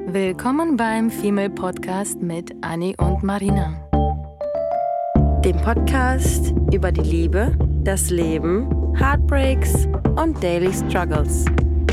Willkommen beim Female Podcast mit Anni und Marina. Dem Podcast über die Liebe, das Leben, Heartbreaks und Daily Struggles.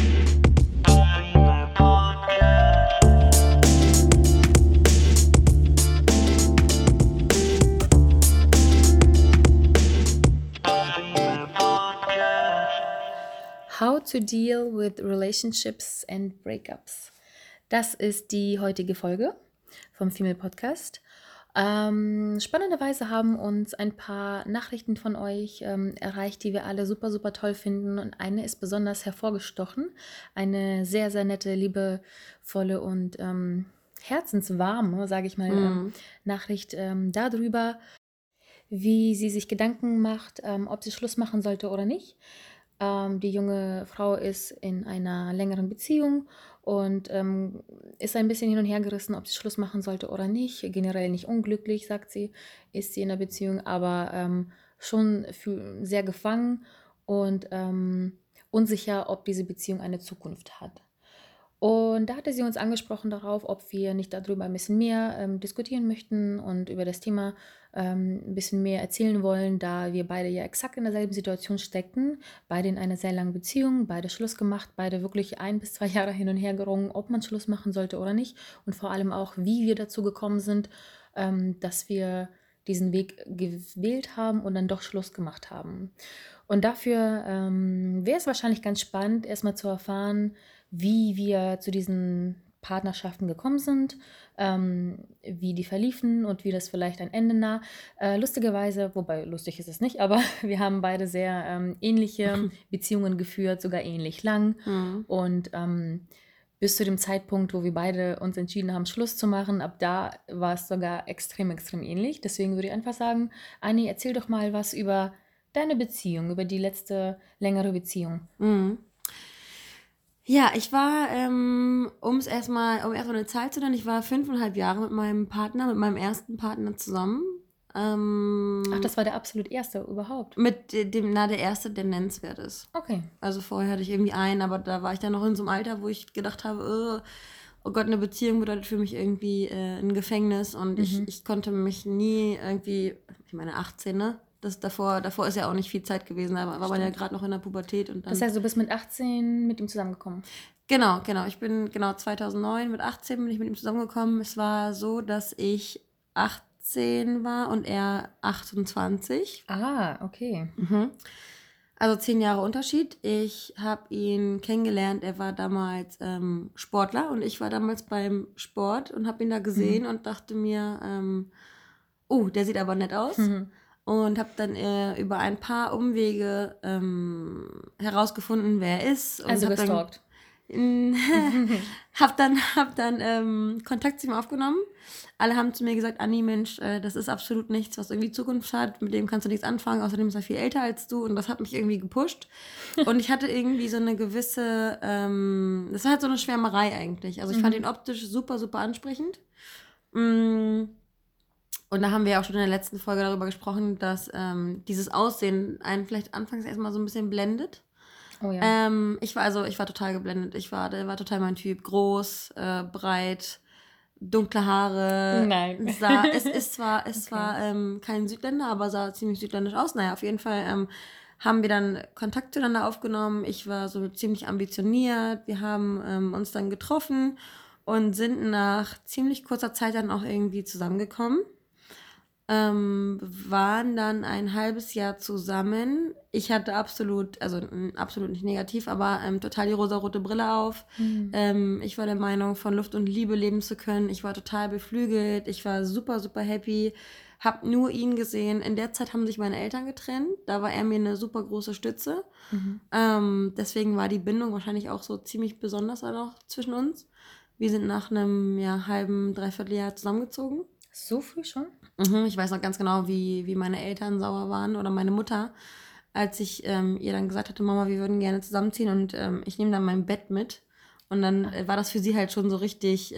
How to deal with relationships and breakups. Das ist die heutige Folge vom Female Podcast. Spannenderweise haben uns ein paar Nachrichten von euch erreicht, die wir alle super, super toll finden. Und eine ist besonders hervorgestochen. Eine sehr, sehr nette, liebevolle und herzenswarme, sage ich mal, Nachricht darüber, wie sie sich Gedanken macht, ob sie Schluss machen sollte oder nicht. Die junge Frau ist in einer längeren Beziehung und ist ein bisschen hin und her gerissen, ob sie Schluss machen sollte oder nicht. Generell nicht unglücklich, sagt sie, ist sie in der Beziehung, aber schon sehr gefangen und unsicher, ob diese Beziehung eine Zukunft hat. Und da hatte sie uns angesprochen darauf, ob wir nicht darüber ein bisschen mehr diskutieren möchten und über das Thema ein bisschen mehr erzählen wollen, da wir beide ja exakt in derselben Situation steckten, beide in einer sehr langen Beziehung, beide Schluss gemacht, beide wirklich 1 bis 2 Jahre hin und her gerungen, ob man Schluss machen sollte oder nicht und vor allem auch, wie wir dazu gekommen sind, dass wir diesen Weg gewählt haben und dann doch Schluss gemacht haben. Und dafür wäre es wahrscheinlich ganz spannend, erstmal zu erfahren, wie wir zu diesen Partnerschaften gekommen sind, wie die verliefen und wie das vielleicht ein Ende nah. Lustigerweise, wobei lustig ist es nicht, aber wir haben beide sehr ähnliche Beziehungen geführt, sogar ähnlich lang. Und bis zu dem Zeitpunkt, wo wir beide uns entschieden haben, Schluss zu machen, ab da war es sogar extrem, extrem ähnlich. Deswegen würde ich einfach sagen, Anni, erzähl doch mal was über deine Beziehung, über die letzte längere Beziehung. Ja, ich war, um erstmal eine Zahl zu nennen, ich war 5,5 Jahre mit meinem ersten Partner zusammen. Ach, das war der absolut erste überhaupt? Mit der erste, der nennenswert ist. Okay. Also vorher hatte ich irgendwie einen, aber da war ich dann noch in so einem Alter, wo ich gedacht habe, oh Gott, eine Beziehung bedeutet für mich irgendwie ein Gefängnis und ich konnte mich nie irgendwie, ich meine 18, ne? Davor ist ja auch nicht viel Zeit gewesen, da war man ja gerade noch in der Pubertät. Und dann, das heißt, du bist mit 18 mit ihm zusammengekommen? Genau. Ich bin 2009 mit 18 bin ich mit ihm zusammengekommen. Es war so, dass ich 18 war und er 28. Ah, okay. Also 10 Jahre Unterschied. Ich habe ihn kennengelernt, er war damals Sportler und ich war damals beim Sport und habe ihn da gesehen und dachte mir, der sieht aber nett aus. Und habe dann über ein paar Umwege herausgefunden, wer er ist. Und also gestalkt. Hab dann Kontakt zu ihm aufgenommen. Alle haben zu mir gesagt, Anni, Mensch, das ist absolut nichts, was irgendwie Zukunft hat. Mit dem kannst du nichts anfangen. Außerdem ist er viel älter als du. Und das hat mich irgendwie gepusht. Und ich hatte irgendwie so eine gewisse, das war halt so eine Schwärmerei eigentlich. Also ich fand ihn optisch super, super ansprechend. Und da haben wir auch schon in der letzten Folge darüber gesprochen, dass dieses Aussehen einen vielleicht anfangs erstmal so ein bisschen blendet. Oh ja. Ich war total geblendet. Der war total mein Typ. Groß, breit, dunkle Haare. Nein. Es war kein Südländer, aber sah ziemlich südländisch aus. Naja, auf jeden Fall haben wir dann Kontakt zueinander aufgenommen. Ich war so ziemlich ambitioniert. Wir haben uns dann getroffen und sind nach ziemlich kurzer Zeit dann auch irgendwie zusammengekommen. Waren dann ein halbes Jahr zusammen. Ich hatte absolut nicht negativ, aber total die rosarote Brille auf. Ich war der Meinung, von Luft und Liebe leben zu können. Ich war total beflügelt. Ich war super, super happy. Hab nur ihn gesehen. In der Zeit haben sich meine Eltern getrennt. Da war er mir eine super große Stütze. Deswegen war die Bindung wahrscheinlich auch so ziemlich besonders dann auch zwischen uns. Wir sind nach einem halben, dreiviertel Jahr zusammengezogen. So früh schon? Ich weiß noch ganz genau, wie meine Eltern sauer waren oder meine Mutter, als ich ihr dann gesagt hatte, Mama, wir würden gerne zusammenziehen und ich nehme dann mein Bett mit. Und dann war das für sie halt schon so richtig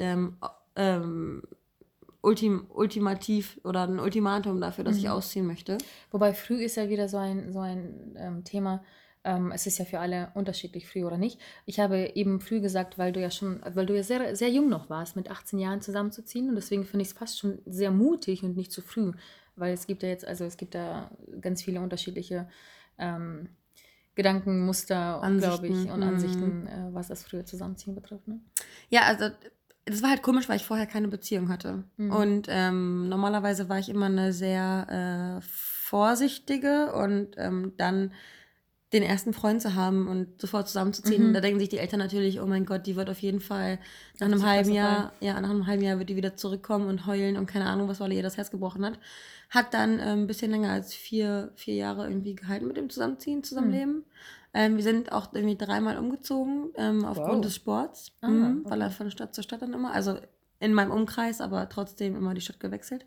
ultimativ oder ein Ultimatum dafür, dass ich ausziehen möchte. Wobei früh ist ja wieder so ein Thema, Es ist ja für alle unterschiedlich, früh oder nicht. Ich habe eben früh gesagt, weil du ja sehr, sehr jung noch warst, mit 18 Jahren zusammenzuziehen. Und deswegen finde ich es fast schon sehr mutig und nicht zu früh. Weil es gibt ja ganz viele unterschiedliche Gedankenmuster, glaube ich, und Ansichten, was das frühe Zusammenziehen betrifft. Ne? Ja, also das war halt komisch, weil ich vorher keine Beziehung hatte. Und normalerweise war ich immer eine sehr vorsichtige und dann den ersten Freund zu haben und sofort zusammenzuziehen. Da denken sich die Eltern natürlich, oh mein Gott, die wird auf jeden Fall nach einem halben Jahr wird die wieder zurückkommen und heulen und keine Ahnung, was, weil ihr das Herz gebrochen hat. Hat dann ein bisschen länger als vier Jahre irgendwie gehalten mit dem Zusammenleben. Wir sind auch irgendwie 3-mal umgezogen aufgrund des Sports, weil er von Stadt zu Stadt dann immer, also in meinem Umkreis, aber trotzdem immer die Stadt gewechselt.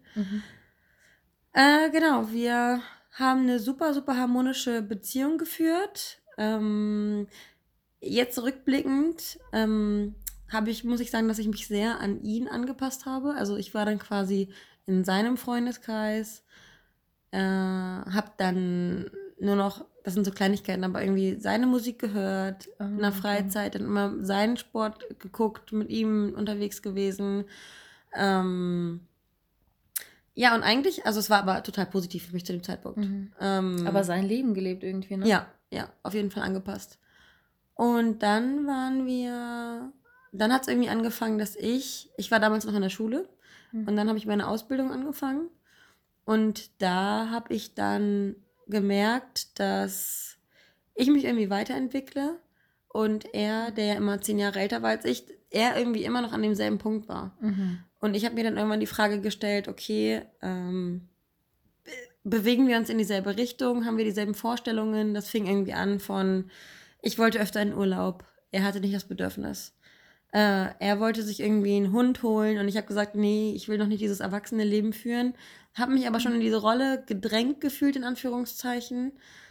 Genau, wir haben eine super, super harmonische Beziehung geführt. Jetzt rückblickend muss ich sagen, dass ich mich sehr an ihn angepasst habe. Also ich war dann quasi in seinem Freundeskreis, habe dann nur noch, das sind so Kleinigkeiten, aber irgendwie seine Musik gehört, in der Freizeit, dann immer seinen Sport geguckt, mit ihm unterwegs gewesen. Ja, und eigentlich, also es war aber total positiv für mich zu dem Zeitpunkt. Aber sein Leben gelebt irgendwie, ne? Ja, auf jeden Fall angepasst. Und dann hat es irgendwie angefangen, dass ich war damals noch in der Schule und dann habe ich meine Ausbildung angefangen und da habe ich dann gemerkt, dass ich mich irgendwie weiterentwickle und er, der ja immer 10 Jahre älter war als ich, er irgendwie immer noch an demselben Punkt war. Und ich habe mir dann irgendwann die Frage gestellt, okay, bewegen wir uns in dieselbe Richtung? Haben wir dieselben Vorstellungen? Das fing irgendwie an von, ich wollte öfter in Urlaub. Er hatte nicht das Bedürfnis. Er wollte sich irgendwie einen Hund holen und ich habe gesagt, nee, ich will noch nicht dieses erwachsene Leben führen. Habe mich aber schon in diese Rolle gedrängt gefühlt, in Anführungszeichen,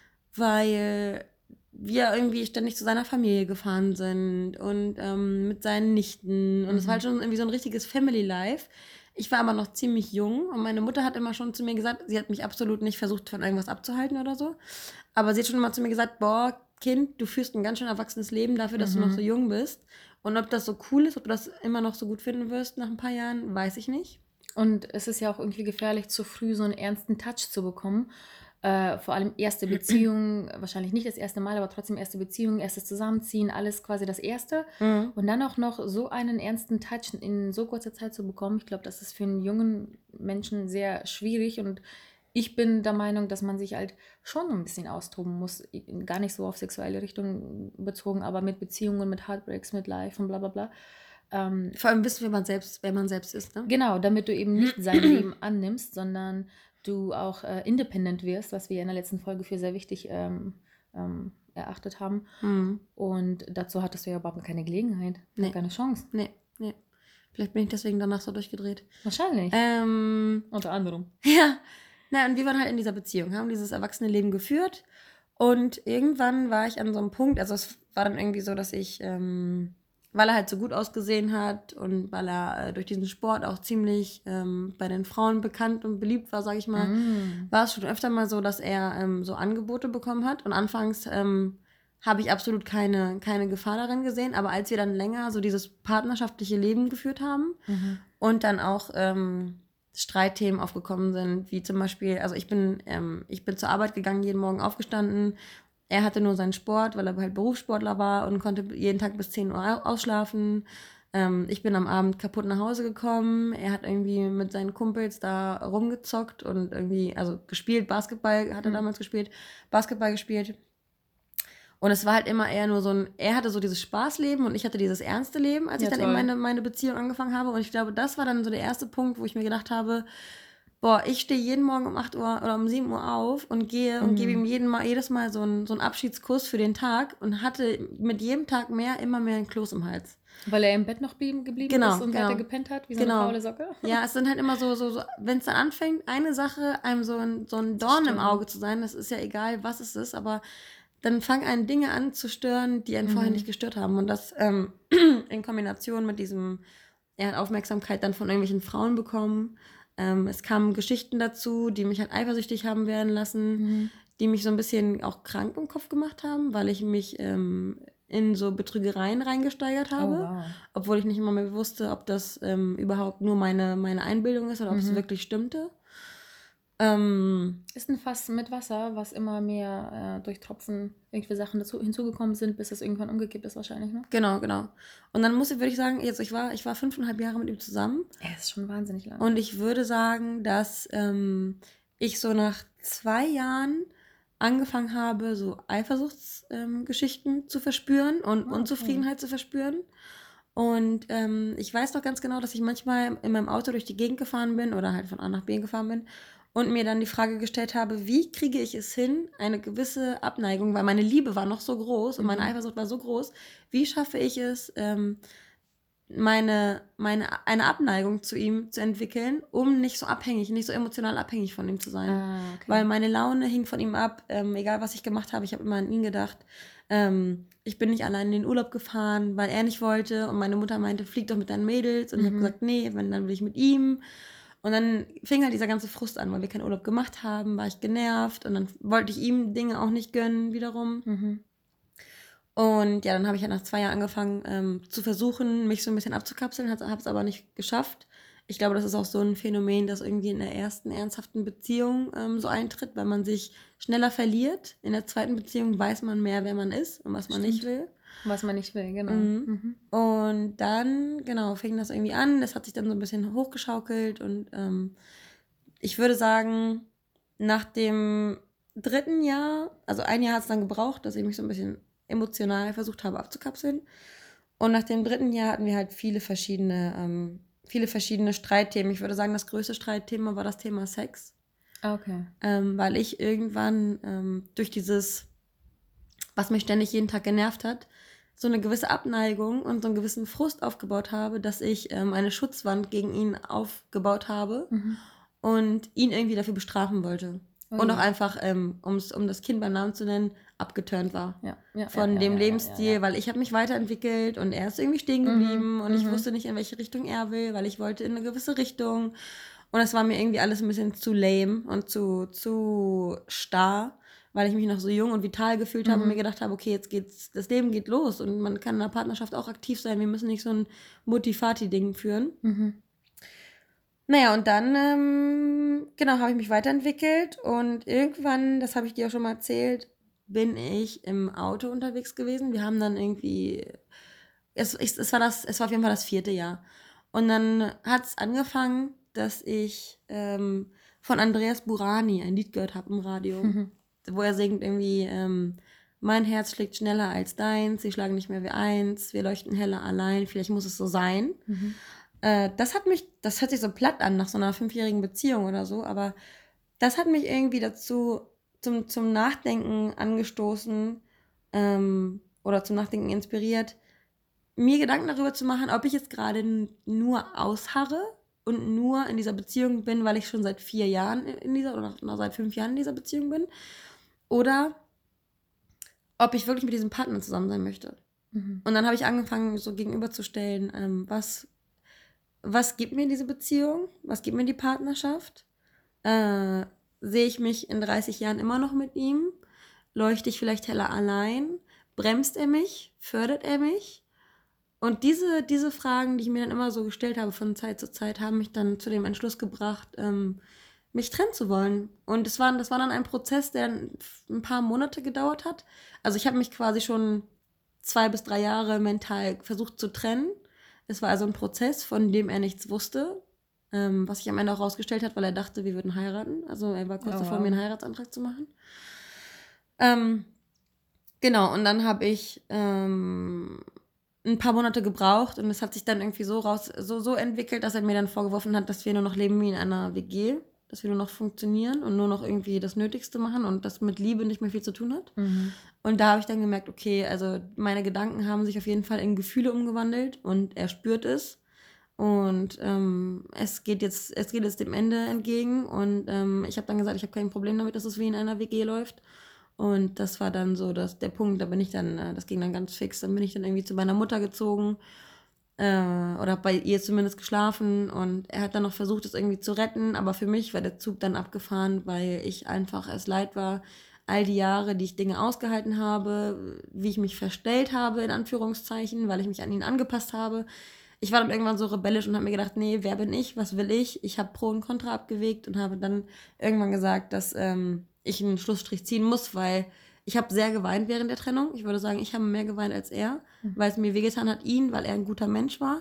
weil wir irgendwie ständig zu seiner Familie gefahren sind und mit seinen Nichten. Und es war halt schon irgendwie so ein richtiges Family Life. Ich war aber noch ziemlich jung und meine Mutter hat immer schon zu mir gesagt, sie hat mich absolut nicht versucht, von irgendwas abzuhalten oder so. Aber sie hat schon immer zu mir gesagt, boah, Kind, du führst ein ganz schön erwachsenes Leben dafür, dass du noch so jung bist. Und ob das so cool ist, ob du das immer noch so gut finden wirst nach ein paar Jahren, weiß ich nicht. Und es ist ja auch irgendwie gefährlich, zu früh so einen ernsten Touch zu bekommen. Vor allem erste Beziehung, wahrscheinlich nicht das erste Mal, aber trotzdem erste Beziehung, erstes Zusammenziehen, alles quasi das Erste. Und dann auch noch so einen ernsten Touch in so kurzer Zeit zu bekommen, ich glaube, das ist für einen jungen Menschen sehr schwierig. Und ich bin der Meinung, dass man sich halt schon ein bisschen austoben muss. Gar nicht so auf sexuelle Richtung bezogen, aber mit Beziehungen, mit Heartbreaks, mit Life und bla bla bla. Vor allem wissen, wer man selbst ist, ne? Genau, damit du eben nicht sein Leben annimmst, sondern du auch independent wirst, was wir in der letzten Folge für sehr wichtig erachtet haben. Und dazu hattest du ja überhaupt keine Gelegenheit, keine Chance. Nee. Vielleicht bin ich deswegen danach so durchgedreht. Wahrscheinlich. Unter anderem. Ja. Und wir waren halt in dieser Beziehung, haben dieses erwachsene Leben geführt und irgendwann war ich an so einem Punkt, also es war dann irgendwie so, dass ich, weil er halt so gut ausgesehen hat und weil er durch diesen Sport auch ziemlich bei den Frauen bekannt und beliebt war, sage ich mal, war es schon öfter mal so, dass er so Angebote bekommen hat. Und anfangs habe ich absolut keine Gefahr darin gesehen. Aber als wir dann länger so dieses partnerschaftliche Leben geführt haben und dann auch Streitthemen aufgekommen sind, wie zum Beispiel, also ich bin zur Arbeit gegangen, jeden Morgen aufgestanden. Er hatte nur seinen Sport, weil er halt Berufssportler war und konnte jeden Tag bis 10 Uhr ausschlafen. Ich bin am Abend kaputt nach Hause gekommen. Er hat irgendwie mit seinen Kumpels da rumgezockt und irgendwie, also gespielt, Basketball hat er damals gespielt, Basketball gespielt. Und es war halt immer eher nur er hatte so dieses Spaßleben und ich hatte dieses ernste Leben, als ich dann eben meine Beziehung angefangen habe. Und ich glaube, das war dann so der erste Punkt, wo ich mir gedacht habe, boah, ich stehe jeden Morgen um 8 Uhr oder um 7 Uhr auf und gehe und gebe ihm jedes Mal so einen Abschiedskuss für den Tag und hatte mit jedem Tag immer mehr ein Kloß im Hals. Weil er im Bett noch geblieben ist und weiter gepennt hat, wie so eine faule Socke? Ja, es sind halt immer so wenn es dann anfängt, eine Sache einem so ein Dorn im Auge zu sein, das ist ja egal, was es ist, aber dann fangen einen Dinge an zu stören, die einen vorher nicht gestört haben. Und das in Kombination mit diesem, er hat Aufmerksamkeit dann von irgendwelchen Frauen bekommen. Es kamen Geschichten dazu, die mich halt eifersüchtig haben werden lassen, die mich so ein bisschen auch krank im Kopf gemacht haben, weil ich mich in so Betrügereien reingesteigert Oh, habe, wow. obwohl ich nicht immer mehr wusste, ob das überhaupt nur meine Einbildung ist oder ob es wirklich stimmte. Ist ein Fass mit Wasser, was immer mehr durch Tropfen irgendwie Sachen hinzugekommen sind, bis es irgendwann umgekippt ist wahrscheinlich, ne? Genau. Und dann würde ich sagen, jetzt ich war 5,5 Jahre mit ihm zusammen. Er ist schon wahnsinnig lang. Und ich würde sagen, dass ich so nach 2 Jahren angefangen habe, so Eifersuchtsgeschichten zu verspüren und Unzufriedenheit zu verspüren. Und ich weiß noch ganz genau, dass ich manchmal in meinem Auto durch die Gegend gefahren bin oder halt von A nach B gefahren bin und mir dann die Frage gestellt habe, wie kriege ich es hin, eine gewisse Abneigung, weil meine Liebe war noch so groß und meine Eifersucht war so groß, wie schaffe ich es, eine Abneigung zu ihm zu entwickeln, um nicht so emotional abhängig von ihm zu sein. Okay. Weil meine Laune hing von ihm ab, egal was ich gemacht habe, ich habe immer an ihn gedacht. Ich bin nicht allein in den Urlaub gefahren, weil er nicht wollte und meine Mutter meinte, flieg doch mit deinen Mädels und ich habe gesagt, nee, wenn, dann will ich mit ihm. Und dann fing halt dieser ganze Frust an, weil wir keinen Urlaub gemacht haben, war ich genervt und dann wollte ich ihm Dinge auch nicht gönnen wiederum. Und ja, dann habe ich ja nach 2 Jahren angefangen zu versuchen, mich so ein bisschen abzukapseln, habe es aber nicht geschafft. Ich glaube, das ist auch so ein Phänomen, das irgendwie in der ersten ernsthaften Beziehung so eintritt, weil man sich schneller verliert. In der zweiten Beziehung weiß man mehr, wer man ist und was man nicht will. Was man nicht will, genau. Und dann, genau, fing das irgendwie an. Das hat sich dann so ein bisschen hochgeschaukelt und ich würde sagen, nach dem 3. Jahr, also 1 Jahr hat es dann gebraucht, dass ich mich so ein bisschen emotional versucht habe abzukapseln. Und nach dem 3. Jahr hatten wir halt viele verschiedene Streitthemen. Ich würde sagen, das größte Streitthema war das Thema Sex. Okay. Weil ich irgendwann durch dieses, was mich ständig jeden Tag genervt hat, so eine gewisse Abneigung und so einen gewissen Frust aufgebaut habe, dass ich eine Schutzwand gegen ihn aufgebaut habe und ihn irgendwie dafür bestrafen wollte. Und auch einfach, um das Kind beim Namen zu nennen, abgeturnt war von dem Lebensstil, weil ich habe mich weiterentwickelt und er ist irgendwie stehen geblieben und ich wusste nicht, in welche Richtung er will, weil ich wollte in eine gewisse Richtung und das war mir irgendwie alles ein bisschen zu lame und zu starr, weil ich mich noch so jung und vital gefühlt habe und mir gedacht habe, okay, das Leben geht los und man kann in einer Partnerschaft auch aktiv sein, wir müssen nicht so ein Mutti-Fati-Ding führen. Naja, und dann, genau, habe ich mich weiterentwickelt und irgendwann, das habe ich dir auch schon mal erzählt, bin ich im Auto unterwegs gewesen. Wir haben dann irgendwie, es war auf jeden Fall das 4. Jahr. Und dann hat es angefangen, dass ich von Andreas Burani ein Lied gehört habe im Radio, wo er singt irgendwie, mein Herz schlägt schneller als deins, sie schlagen nicht mehr wie eins, wir leuchten heller allein, vielleicht muss es so sein. Das hört sich so platt an nach so einer 5-jährigen Beziehung oder so, aber das hat mich irgendwie dazu zum Nachdenken angestoßen oder zum Nachdenken inspiriert, mir Gedanken darüber zu machen, ob ich jetzt gerade nur ausharre und nur in dieser Beziehung bin, weil ich schon seit 4 Jahren oder seit 5 Jahren in dieser Beziehung bin, oder ob ich wirklich mit diesem Partner zusammen sein möchte. Und dann habe ich angefangen, so gegenüberzustellen, was gibt mir diese Beziehung? Was gibt mir die Partnerschaft? Sehe ich mich in 30 Jahren immer noch mit ihm? Leuchte ich vielleicht heller allein? Bremst er mich? Fördert er mich? Und diese Fragen, die ich mir dann immer so gestellt habe von Zeit zu Zeit, haben mich dann zu dem Entschluss gebracht, mich trennen zu wollen. Und das war dann ein Prozess, der ein paar Monate gedauert hat. Also ich habe mich quasi schon 2 bis 3 Jahre mental versucht zu trennen. Es war also ein Prozess, von dem er nichts wusste, was sich am Ende auch rausgestellt hat, weil er dachte, wir würden heiraten. Also er war kurz davor, mir einen Heiratsantrag zu machen. Genau, und dann habe ich ein paar Monate gebraucht und es hat sich dann irgendwie so entwickelt, dass er mir dann vorgeworfen hat, dass wir nur noch leben wie in einer WG, dass wir nur noch funktionieren und nur noch irgendwie das Nötigste machen und das mit Liebe nicht mehr viel zu tun hat. Und da habe ich dann gemerkt, okay, also meine Gedanken haben sich auf jeden Fall in Gefühle umgewandelt und er spürt es. Und es geht jetzt dem Ende entgegen und ich habe dann gesagt, ich habe kein Problem damit, dass es wie in einer WG läuft. Und das war dann so der Punkt, das ging dann ganz fix, dann bin ich dann irgendwie zu meiner Mutter gezogen oder habe bei ihr zumindest geschlafen und er hat dann noch versucht, es irgendwie zu retten, aber für mich war der Zug dann abgefahren, weil ich einfach es leid war, all die Jahre, die ich Dinge ausgehalten habe, wie ich mich verstellt habe, in Anführungszeichen, weil ich mich an ihn angepasst habe. Ich war dann irgendwann so rebellisch und habe mir gedacht, nee, wer bin ich, was will ich? Ich habe Pro und Contra abgewegt und habe dann irgendwann gesagt, dass ich einen Schlussstrich ziehen muss, weil ich habe sehr geweint während der Trennung. Ich würde sagen, ich habe mehr geweint als er, weil es mir wehgetan hat, ihn, weil er ein guter Mensch war,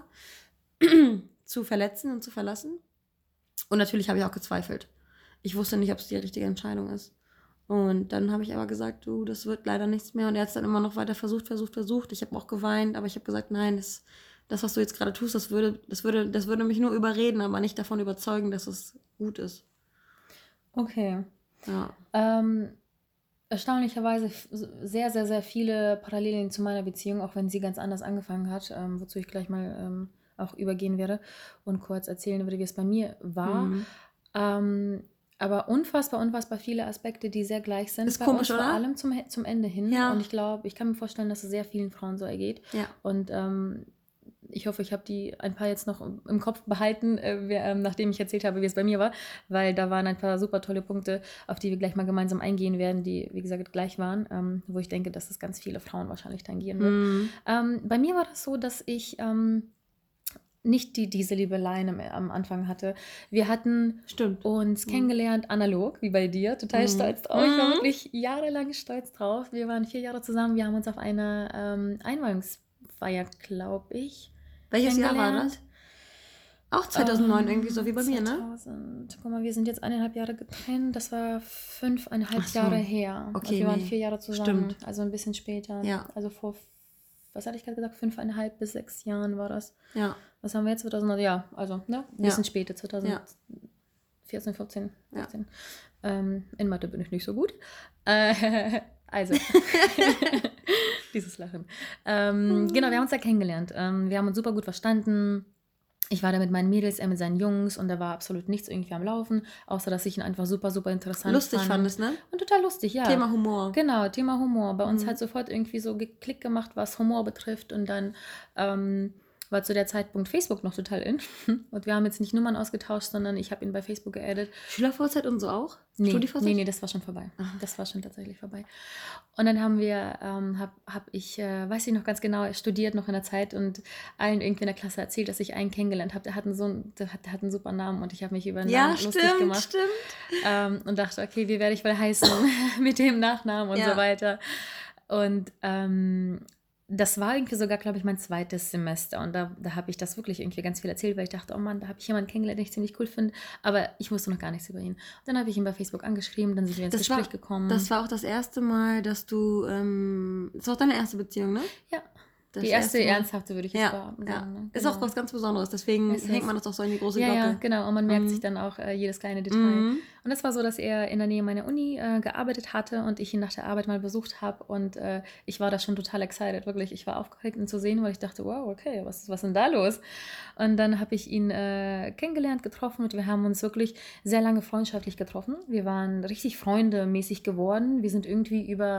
zu verletzen und zu verlassen. Und natürlich habe ich auch gezweifelt. Ich wusste nicht, ob es die richtige Entscheidung ist. Und dann habe ich aber gesagt, du, das wird leider nichts mehr. Und er hat es dann immer noch weiter versucht. Ich habe auch geweint, aber ich habe gesagt, nein, das, was du jetzt gerade tust, das würde mich nur überreden, aber nicht davon überzeugen, dass es gut ist. Okay. Ja. Erstaunlicherweise sehr, sehr, sehr viele Parallelen zu meiner Beziehung, auch wenn sie ganz anders angefangen hat, wozu ich gleich mal auch übergehen werde und kurz erzählen würde, wie es bei mir war. Aber unfassbar viele Aspekte, die sehr gleich sind. Ist komisch, uns, oder? Vor allem zum Ende hin. Ja. Und ich kann mir vorstellen, dass es sehr vielen Frauen so ergeht. Ja. Und ich hoffe, ich habe die ein paar jetzt noch im Kopf behalten, nachdem ich erzählt habe, wie es bei mir war, weil da waren ein paar super tolle Punkte, auf die wir gleich mal gemeinsam eingehen werden, die, wie gesagt, gleich waren, wo ich denke, dass es ganz viele Frauen wahrscheinlich tangieren wird. Bei mir war das so, dass ich nicht diese Liebeleien am Anfang hatte. Wir hatten uns kennengelernt, analog, wie bei dir, total stolz drauf. Ich war wirklich jahrelang stolz drauf. Wir waren 4 Jahre zusammen, wir haben uns auf einer Einweihungsfeier, glaube ich, Welches Jahr war das? Auch 2009 irgendwie, so wie bei mir, ne? 2000. Guck mal, wir sind jetzt 1,5 Jahre getrennt. Das war 5,5 Jahre her. Okay, und wir waren 4 Jahre zusammen. Stimmt. Also ein bisschen später. Ja. Also vor, was hatte ich gerade gesagt, 5,5 bis 6 Jahren war das. Ja. Was haben wir jetzt? 2000? Ja, also ne? Ein bisschen später, 2014, 14. In Mathe bin ich nicht so gut. Also, dieses Lachen. Genau, wir haben uns da kennengelernt. Wir haben uns super gut verstanden. Ich war da mit meinen Mädels, er mit seinen Jungs und da war absolut nichts irgendwie am Laufen, außer dass ich ihn einfach super, super interessant lustig fandest, ne? Und total lustig, ja. Thema Humor. Genau, Thema Humor. Bei uns hat sofort irgendwie so Klick gemacht, was Humor betrifft und dann war zu der Zeitpunkt Facebook noch total in. Und wir haben jetzt nicht Nummern ausgetauscht, sondern ich habe ihn bei Facebook geaddet. Schülervorzeit und so auch? Nee, das war schon vorbei. Das war schon tatsächlich vorbei. Und dann haben wir, weiß ich noch ganz genau, studiert noch in der Zeit und allen irgendwie in der Klasse erzählt, dass ich einen kennengelernt habe. Der hat einen super Namen und ich habe mich über den Namen lustig gemacht. Stimmt. Und dachte, okay, wie werde ich wohl heißen mit dem Nachnamen und so weiter. Und das war irgendwie sogar, glaube ich, mein 2. Semester und da habe ich das wirklich irgendwie ganz viel erzählt, weil ich dachte, oh Mann, da habe ich jemanden kennengelernt, den ich ziemlich cool finde, aber ich wusste noch gar nichts über ihn. Und dann habe ich ihn bei Facebook angeschrieben, dann sind wir ins Gespräch gekommen. Das war auch das erste Mal, dass du, das war auch deine erste Beziehung, ne? Ja. Die erste ernsthafte, würde ich jetzt sagen. Ja. Ne? Ist auch was ganz Besonderes, deswegen hängt man das auch so in die große Glocke. Ja, genau. Und man merkt sich dann auch jedes kleine Detail. Und es war so, dass er in der Nähe meiner Uni gearbeitet hatte und ich ihn nach der Arbeit mal besucht habe. Und ich war da schon total excited, wirklich. Ich war aufgeregt, ihn zu sehen, weil ich dachte, wow, okay, was ist denn da los? Und dann habe ich ihn kennengelernt, getroffen und wir haben uns wirklich sehr lange freundschaftlich getroffen. Wir waren richtig freundemäßig geworden. Wir sind irgendwie über...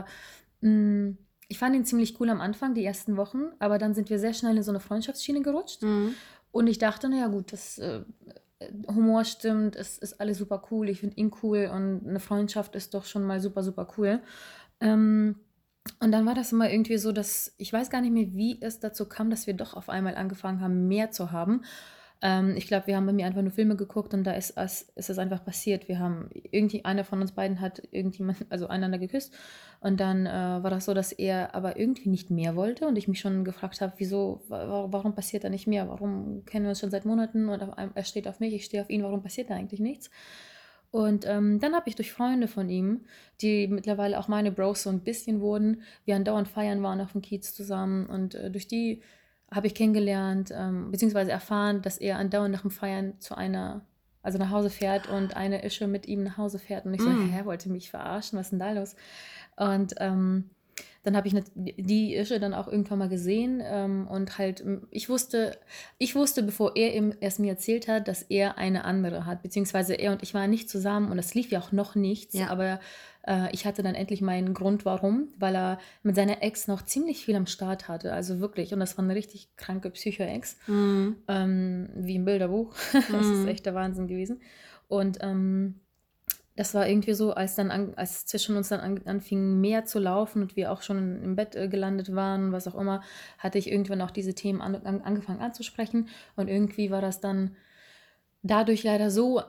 Ich fand ihn ziemlich cool am Anfang, die ersten Wochen, aber dann sind wir sehr schnell in so eine Freundschaftsschiene gerutscht. Und ich dachte, naja gut, das Humor stimmt, es ist alles super cool, ich finde ihn cool und eine Freundschaft ist doch schon mal super, super cool. Und dann war das immer irgendwie so, dass ich weiß gar nicht mehr, wie es dazu kam, dass wir doch auf einmal angefangen haben, mehr zu haben. Ich glaube, wir haben bei mir einfach nur Filme geguckt und da ist es einfach passiert. Wir haben einer von uns beiden hat einander geküsst und dann war das so, dass er aber irgendwie nicht mehr wollte und ich mich schon gefragt habe, wieso, warum passiert da nicht mehr? Warum kennen wir uns schon seit Monaten und er steht auf mich, ich stehe auf ihn, warum passiert da eigentlich nichts? Und dann habe ich durch Freunde von ihm, die mittlerweile auch meine Bros so ein bisschen wurden, wir andauernd feiern waren auf dem Kiez zusammen und durch die habe ich kennengelernt, beziehungsweise erfahren, dass er andauernd nach dem Feiern nach Hause fährt und eine Ische mit ihm nach Hause fährt. Und ich so, wollte mich verarschen, was ist denn da los? Und dann habe ich die Ische dann auch irgendwann mal gesehen und halt, ich wusste, bevor er es mir erzählt hat, dass er eine andere hat, beziehungsweise er und ich waren nicht zusammen und es lief ja auch noch nichts, aber ich hatte dann endlich meinen Grund, warum, weil er mit seiner Ex noch ziemlich viel am Start hatte, also wirklich, und das war eine richtig kranke Psycho-Ex, wie im Bilderbuch, das ist echt der Wahnsinn gewesen und das war irgendwie so, als zwischen uns dann anfing mehr zu laufen und wir auch schon im Bett gelandet waren, was auch immer, hatte ich irgendwann auch diese Themen angefangen anzusprechen. Und irgendwie war das dann dadurch leider so,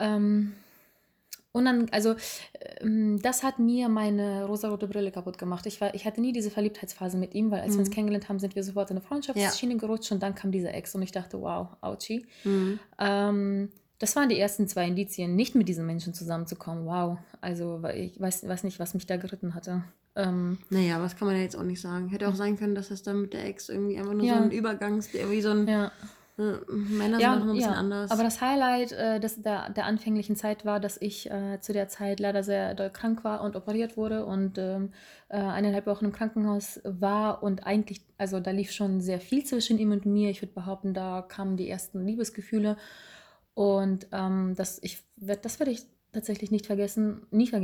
das hat mir meine rosarote Brille kaputt gemacht. Ich hatte nie diese Verliebtheitsphase mit ihm, weil als wir uns kennengelernt haben, sind wir sofort in eine Freundschaftsschiene gerutscht und dann kam dieser Ex und ich dachte, wow, ouchie. Das waren die ersten 2 Indizien, nicht mit diesen Menschen zusammenzukommen. Wow, also ich weiß nicht, was mich da geritten hatte. Naja, aber das kann man ja jetzt auch nicht sagen. Hätte auch sein können, dass das dann mit der Ex irgendwie einfach nur so ein irgendwie so ein... Ja. Männer sind auch immer ein bisschen anders. Aber das Highlight der anfänglichen Zeit war, dass ich zu der Zeit leider sehr doll krank war und operiert wurde und 1,5 Wochen im Krankenhaus war und eigentlich, also da lief schon sehr viel zwischen ihm und mir. Ich würde behaupten, da kamen die ersten Liebesgefühle und das werde ich tatsächlich nie vergessen,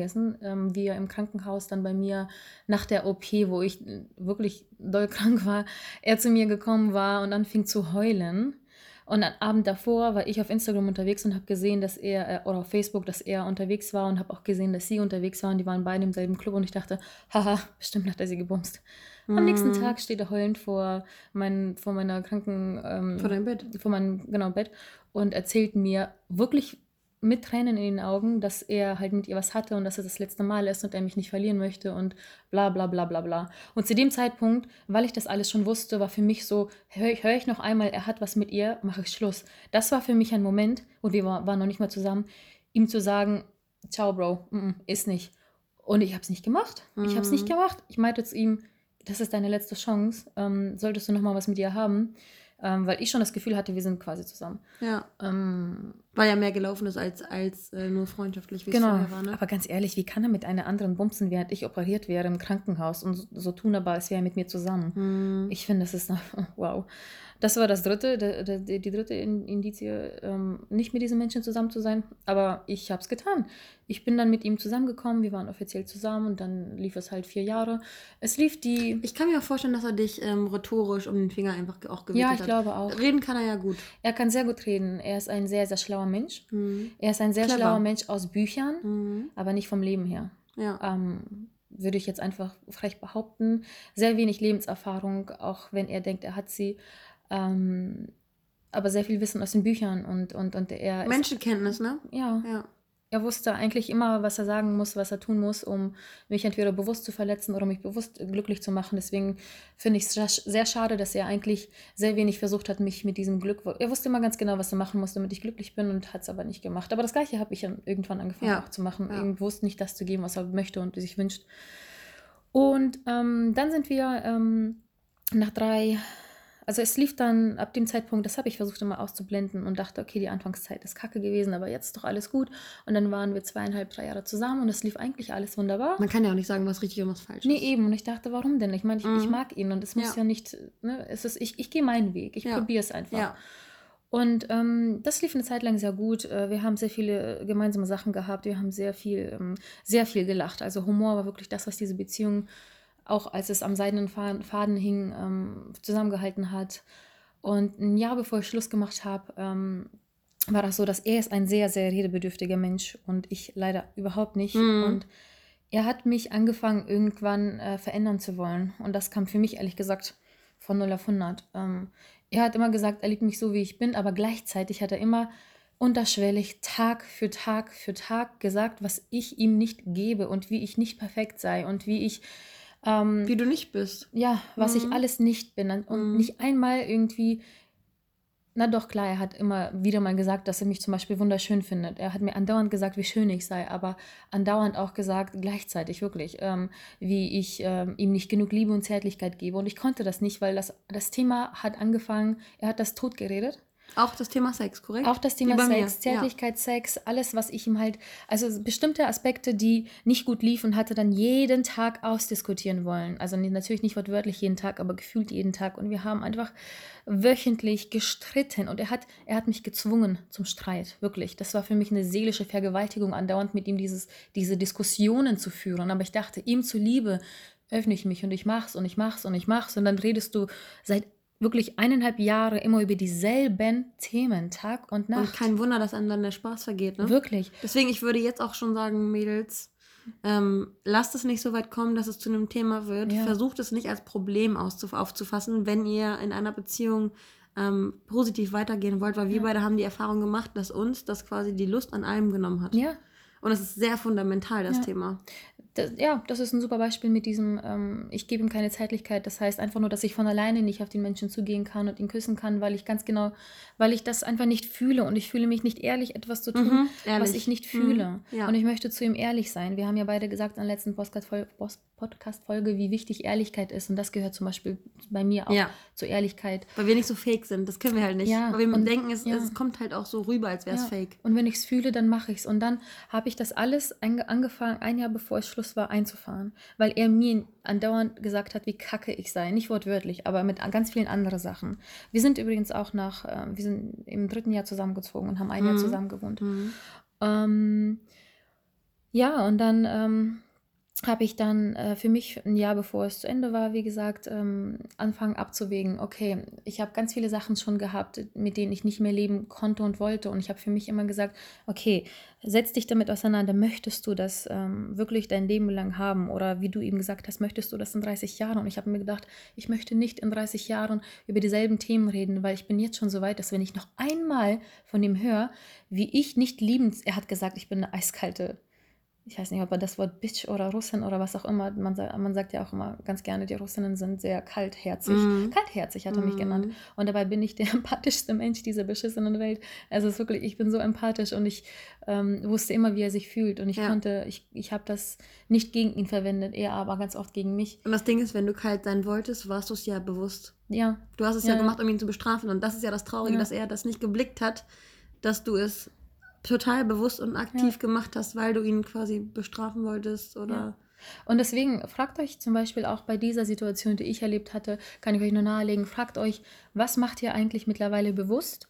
wie er im Krankenhaus dann bei mir nach der OP, wo ich wirklich doll krank war, er zu mir gekommen war und anfing zu heulen. Und am Abend davor war ich auf Instagram unterwegs und habe gesehen, dass oder auf Facebook, dass er unterwegs war und habe auch gesehen, dass sie unterwegs waren. Die waren beide im selben Club und ich dachte, haha, bestimmt hat er sie gebumst. Am nächsten Tag steht er heulend vor meiner kranken... vor deinem Bett? Vor meinem Bett und erzählt mir wirklich mit Tränen in den Augen, dass er halt mit ihr was hatte und dass es das letzte Mal ist und er mich nicht verlieren möchte und bla bla bla bla bla. Und zu dem Zeitpunkt, weil ich das alles schon wusste, war für mich so, höre ich noch einmal, er hat was mit ihr, mache ich Schluss. Das war für mich ein Moment, und wir waren noch nicht mal zusammen, ihm zu sagen, ciao Bro, ist nicht. Und ich habe es nicht gemacht. Ich meinte zu ihm, das ist deine letzte Chance, solltest du noch mal was mit ihr haben. Weil ich schon das Gefühl hatte, wir sind quasi zusammen. Ja. Weil ja mehr gelaufen ist als nur freundschaftlich, wie es vorher war. Ne? Aber ganz ehrlich, wie kann er mit einer anderen bumsen, während ich operiert wäre im Krankenhaus und so tun, aber es wäre mit mir zusammen. Ich finde, das ist wow. Das war das dritte, die dritte Indizie, nicht mit diesen Menschen zusammen zu sein, aber ich habe es getan. Ich bin dann mit ihm zusammengekommen, wir waren offiziell zusammen und dann lief es halt 4 Jahre. Ich kann mir auch vorstellen, dass er dich rhetorisch um den Finger einfach auch gewickelt hat. Ja, ich glaube auch. Reden kann er ja gut. Er kann sehr gut reden. Er ist ein sehr, sehr schlauer Mensch. Er ist ein sehr schlauer Mensch aus Büchern, aber nicht vom Leben her. Ja. Würde ich jetzt einfach frech behaupten. Sehr wenig Lebenserfahrung, auch wenn er denkt, er hat sie. Aber sehr viel Wissen aus den Büchern und er Menschenkenntnis, ne? Ja. Er wusste eigentlich immer, was er sagen muss, was er tun muss, um mich entweder bewusst zu verletzen oder mich bewusst glücklich zu machen. Deswegen finde ich es sehr schade, dass er eigentlich sehr wenig versucht hat, mich mit diesem Glück... Er wusste immer ganz genau, was er machen muss, damit ich glücklich bin und hat es aber nicht gemacht. Aber das Gleiche habe ich dann irgendwann angefangen auch zu machen. Ja. Bewusst nicht das zu geben, was er möchte und sich wünscht. Und dann sind wir nach 3... Also es lief dann ab dem Zeitpunkt, das habe ich versucht immer auszublenden und dachte, okay, die Anfangszeit ist kacke gewesen, aber jetzt ist doch alles gut. Und dann waren wir 2,5, 3 Jahre zusammen und es lief eigentlich alles wunderbar. Man kann ja auch nicht sagen, was richtig und was falsch ist. Nee, eben. Und ich dachte, warum denn? Ich meine, ich mag ihn und es muss ja nicht, ne, ich gehe meinen Weg, ich probiere es einfach. Ja. Und das lief eine Zeit lang sehr gut. Wir haben sehr viele gemeinsame Sachen gehabt, wir haben sehr viel gelacht. Also Humor war wirklich das, was diese Beziehung, auch als es am seidenen Faden hing, zusammengehalten hat. Und ein Jahr bevor ich Schluss gemacht habe, war das so, dass er ist ein sehr, sehr redebedürftiger Mensch und ich leider überhaupt nicht. Und er hat mich angefangen, irgendwann verändern zu wollen. Und das kam für mich, ehrlich gesagt, von 0 auf 100. Er hat immer gesagt, er liebt mich so, wie ich bin, aber gleichzeitig hat er immer unterschwellig Tag für Tag für Tag gesagt, was ich ihm nicht gebe und wie ich nicht perfekt sei und wie ich... wie du nicht bist. Ja, was ich alles nicht bin. Und nicht einmal irgendwie, na doch, klar, er hat immer wieder mal gesagt, dass er mich zum Beispiel wunderschön findet. Er hat mir andauernd gesagt, wie schön ich sei, aber andauernd auch gesagt, gleichzeitig wirklich, wie ich ihm nicht genug Liebe und Zärtlichkeit gebe. Und ich konnte das nicht, weil das Thema hat angefangen, er hat das totgeredet. Auch das Thema Sex, korrekt? Auch das Thema Sex, Zärtlichkeit, Sex, alles, was ich ihm halt, also bestimmte Aspekte, die nicht gut liefen, hatte dann jeden Tag ausdiskutieren wollen. Also natürlich nicht wortwörtlich jeden Tag, aber gefühlt jeden Tag. Und wir haben einfach wöchentlich gestritten. Und er hat mich gezwungen zum Streit, wirklich. Das war für mich eine seelische Vergewaltigung, andauernd mit ihm diese Diskussionen zu führen. Aber ich dachte, ihm zuliebe öffne ich mich und ich mach's und ich mach's und ich mach's. Und dann redest du seit wirklich 1,5 Jahre immer über dieselben Themen, Tag und Und Nacht. kein Wunder, dass einem dann der Spaß vergeht, ne? Wirklich. Deswegen, ich würde jetzt auch schon sagen, Mädels, lasst es nicht so weit kommen, dass es zu einem Thema wird. Ja. Versucht es nicht als Problem aufzufassen, wenn ihr in einer Beziehung positiv weitergehen wollt, weil wir beide haben die Erfahrung gemacht, dass uns das quasi die Lust an allem genommen hat. Ja. Und das ist sehr fundamental, das Ja. Thema. Das ist ein super Beispiel mit diesem, ich gebe ihm keine Zeitlichkeit. Das heißt einfach nur, dass ich von alleine nicht auf den Menschen zugehen kann und ihn küssen kann, weil ich das einfach nicht fühle und ich fühle mich nicht ehrlich, etwas zu tun, ehrlich. was ich nicht fühle. Ja. Und ich möchte zu ihm ehrlich sein. Wir haben ja beide gesagt in der letzten Podcast-Folge, wie wichtig Ehrlichkeit ist. Und das gehört zum Beispiel bei mir auch zur Ehrlichkeit. Weil wir nicht so fake sind, das können wir halt nicht. Ja, weil wir und- denken, es kommt halt auch so rüber, als wäre es fake. Und wenn ich es fühle, dann mache ich es. Und dann habe ich das alles angefangen, 1 Jahr bevor es Schluss war, einzufahren. Weil er mir andauernd gesagt hat, wie kacke ich sei. Nicht wortwörtlich, aber mit ganz vielen anderen Sachen. Wir sind übrigens auch wir sind im 3. Jahr zusammengezogen und haben 1 Jahr zusammen gewohnt. Ja, und dann habe ich dann für mich 1 Jahr, bevor es zu Ende war, wie gesagt, anfangen abzuwägen, okay, ich habe ganz viele Sachen schon gehabt, mit denen ich nicht mehr leben konnte und wollte. Und ich habe für mich immer gesagt, okay, setz dich damit auseinander. Möchtest du das wirklich dein Leben lang haben? Oder wie du eben gesagt hast, möchtest du das in 30 Jahren? Und ich habe mir gedacht, ich möchte nicht in 30 Jahren über dieselben Themen reden, weil ich bin jetzt schon so weit, dass wenn ich noch einmal von ihm höre, wie ich nicht liebend, er hat gesagt, ich bin eine eiskalte, ich weiß nicht, ob er das Wort Bitch oder Russin oder was auch immer, man sagt ja auch immer ganz gerne, die Russinnen sind sehr kaltherzig. Kaltherzig hat er mich genannt. Und dabei bin ich der empathischste Mensch dieser beschissenen Welt. Also es ist wirklich, ich bin so empathisch und ich wusste immer, wie er sich fühlt. Und ich habe das nicht gegen ihn verwendet, eher aber ganz oft gegen mich. Und das Ding ist, wenn du kalt sein wolltest, warst du es ja bewusst. Ja. Du hast es ja gemacht, um ihn zu bestrafen. Und das ist ja das Traurige, dass er das nicht geblickt hat, dass du es total bewusst und aktiv gemacht hast, weil du ihn quasi bestrafen wolltest oder... Ja. Und deswegen fragt euch zum Beispiel auch bei dieser Situation, die ich erlebt hatte, kann ich euch nur nahelegen, fragt euch, was macht ihr eigentlich mittlerweile bewusst?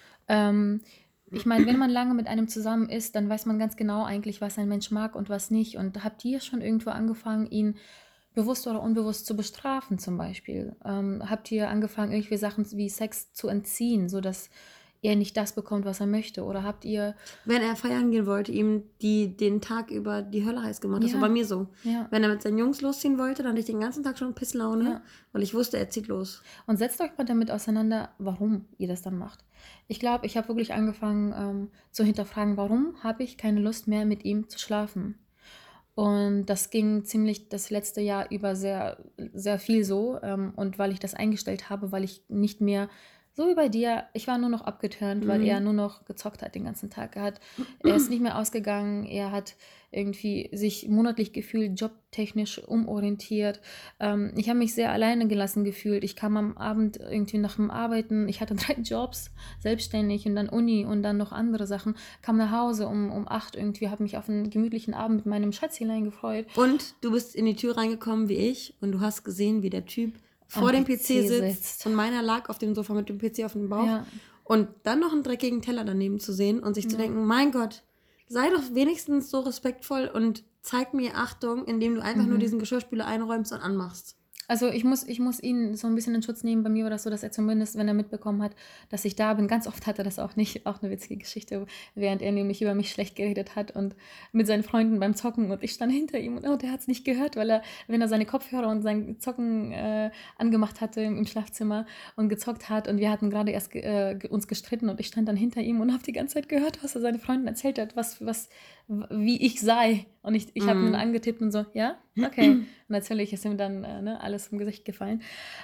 Ich meine, wenn man lange mit einem zusammen ist, dann weiß man ganz genau eigentlich, was ein Mensch mag und was nicht. Und habt ihr schon irgendwo angefangen, ihn bewusst oder unbewusst zu bestrafen zum Beispiel? Habt ihr angefangen, irgendwie Sachen wie Sex zu entziehen, sodass er nicht das bekommt, was er möchte? Oder habt ihr... Wenn er feiern gehen wollte, ihm den Tag über die Hölle heiß gemacht. Das war bei mir so. Ja. Wenn er mit seinen Jungs losziehen wollte, dann hatte ich den ganzen Tag schon Pisslaune, weil ich wusste, er zieht los. Und setzt euch mal damit auseinander, warum ihr das dann macht. Ich glaube, ich habe wirklich angefangen zu hinterfragen, warum habe ich keine Lust mehr, mit ihm zu schlafen. Und das ging ziemlich das letzte Jahr über sehr, sehr viel so. Und weil ich das eingestellt habe, weil ich nicht mehr... So wie bei dir, ich war nur noch abgeturnt, weil er nur noch gezockt hat den ganzen Tag. Er ist nicht mehr ausgegangen, er hat irgendwie sich monatlich gefühlt, jobtechnisch umorientiert. Ich habe mich sehr alleine gelassen gefühlt. Ich kam am Abend irgendwie nach dem Arbeiten, ich hatte 3 Jobs, selbstständig und dann Uni und dann noch andere Sachen. Kam nach Hause um 8 irgendwie, habe mich auf einen gemütlichen Abend mit meinem Schatzchen gefreut. Und du bist in die Tür reingekommen wie ich und du hast gesehen, wie der Typ vor dem PC sitzt und meiner lag auf dem Sofa mit dem PC auf dem Bauch. Ja. Und dann noch einen dreckigen Teller daneben zu sehen und sich zu denken, mein Gott, sei doch wenigstens so respektvoll und zeig mir Achtung, indem du einfach nur diesen Geschirrspüler einräumst und anmachst. Also ich muss ihn so ein bisschen in Schutz nehmen. Bei mir war das so, dass er zumindest, wenn er mitbekommen hat, dass ich da bin, ganz oft hat er das auch nicht, auch eine witzige Geschichte, während er nämlich über mich schlecht geredet hat und mit seinen Freunden beim Zocken und ich stand hinter ihm und der hat es nicht gehört, weil wenn er seine Kopfhörer und sein Zocken angemacht hatte im Schlafzimmer und gezockt hat und wir hatten gerade erst uns gestritten und ich stand dann hinter ihm und habe die ganze Zeit gehört, was er seinen Freunden erzählt hat, wie ich sei. Und ich habe ihn angetippt und so, ja, okay. Und natürlich ist ihm dann alles im Gesicht gefallen.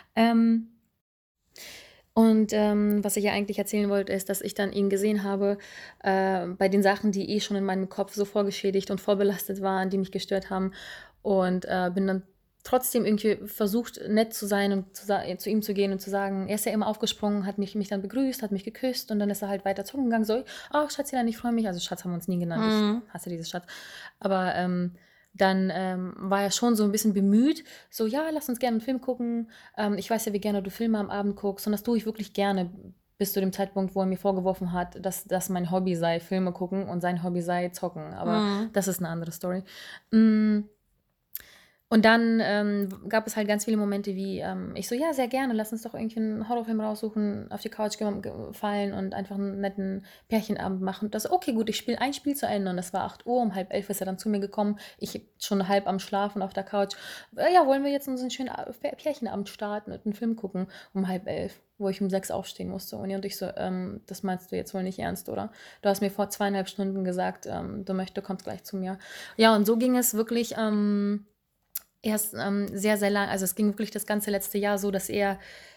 Was ich ja eigentlich erzählen wollte, ist, dass ich dann ihn gesehen habe bei den Sachen, die schon in meinem Kopf so vorgeschädigt und vorbelastet waren, die mich gestört haben. Und bin dann trotzdem irgendwie versucht, nett zu sein und zu ihm zu gehen und zu sagen, er ist ja immer aufgesprungen, hat mich dann begrüßt, hat mich geküsst und dann ist er halt weiter zocken gegangen, so, ach Schatzchen, ich freue mich, also Schatz haben wir uns nie genannt, ich hasse dieses Schatz, aber dann war er schon so ein bisschen bemüht, so, ja, lass uns gerne einen Film gucken, ich weiß ja, wie gerne du Filme am Abend guckst und das tue ich wirklich gerne, bis zu dem Zeitpunkt, wo er mir vorgeworfen hat, dass das mein Hobby sei, Filme gucken und sein Hobby sei zocken, aber das ist eine andere Story. Und dann gab es halt ganz viele Momente wie, ich so, ja, sehr gerne, lass uns doch irgendwie einen Horrorfilm raussuchen, auf die Couch fallen und einfach einen netten Pärchenabend machen. Und das, okay, gut, ich spiele ein Spiel zu Ende und es war 8 Uhr, um 10:30 ist er dann zu mir gekommen, ich schon halb am Schlafen auf der Couch. Ja, wollen wir jetzt unseren schönen Pärchenabend starten und einen Film gucken um 10:30, wo ich um 6 aufstehen musste. Und ich so, das meinst du jetzt wohl nicht ernst, oder? Du hast mir vor 2,5 Stunden gesagt, du kommst gleich zu mir. Ja, und so ging es wirklich erst sehr, sehr lang, also es ging wirklich das ganze letzte Jahr so, dass er,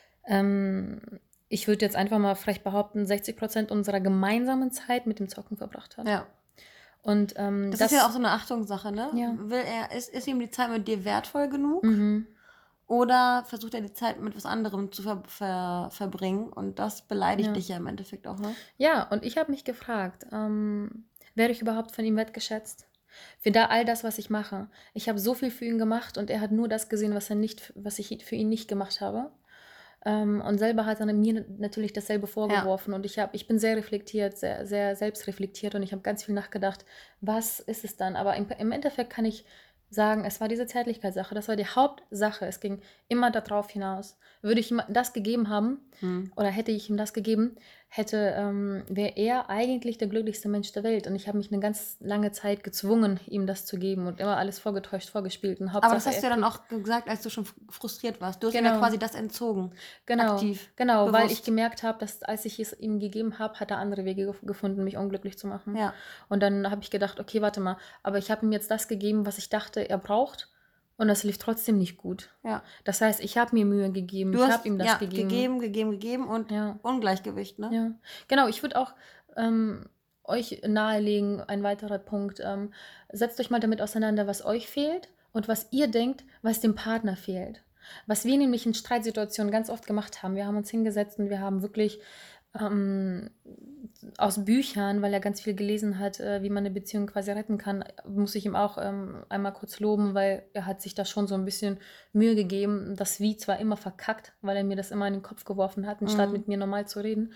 ich würde jetzt einfach mal frech behaupten, 60% unserer gemeinsamen Zeit mit dem Zocken verbracht hat. Ja. Und das ist ja auch so eine Achtungssache, ne? Ja. Ist ihm die Zeit mit dir wertvoll genug? Mhm. Oder versucht er die Zeit mit was anderem zu verbringen? Und das beleidigt dich ja im Endeffekt auch, ne? Ja, und ich habe mich gefragt, werde ich überhaupt von ihm wertgeschätzt? Für all das, was ich mache. Ich habe so viel für ihn gemacht und er hat nur das gesehen, was ich für ihn nicht gemacht habe. Und selber hat er mir natürlich dasselbe vorgeworfen. Und ich bin sehr reflektiert, sehr, sehr selbstreflektiert und ich habe ganz viel nachgedacht, was ist es dann? Aber im Endeffekt kann ich sagen, es war diese Zärtlichkeitssache, das war die Hauptsache. Es ging immer darauf hinaus. Würde ich ihm das gegeben haben, oder hätte ich ihm das gegeben, wäre er eigentlich der glücklichste Mensch der Welt. Und ich habe mich eine ganz lange Zeit gezwungen, ihm das zu geben und immer alles vorgetäuscht, vorgespielt. Und Aber das hast du ja dann auch gesagt, als du schon frustriert warst. Du hast ihm ja quasi das entzogen. Aktiv. Genau, weil ich gemerkt habe, dass als ich es ihm gegeben habe, hat er andere Wege gefunden, mich unglücklich zu machen. Ja. Und dann habe ich gedacht, okay, warte mal, aber ich habe ihm jetzt das gegeben, was ich dachte, er braucht. Und das lief trotzdem nicht gut. Ja. Das heißt, ich habe mir Mühe gegeben, ich habe ihm das gegeben. gegeben und Ungleichgewicht, ne? Ja, genau. Ich würde auch euch nahelegen, ein weiterer Punkt, setzt euch mal damit auseinander, was euch fehlt und was ihr denkt, was dem Partner fehlt. Was wir nämlich in Streitsituationen ganz oft gemacht haben. Wir haben uns hingesetzt und wir haben wirklich aus Büchern, weil er ganz viel gelesen hat, wie man eine Beziehung quasi retten kann, muss ich ihm auch einmal kurz loben, weil er hat sich da schon so ein bisschen Mühe gegeben. Das Wie zwar immer verkackt, weil er mir das immer in den Kopf geworfen hat, anstatt mit mir normal zu reden.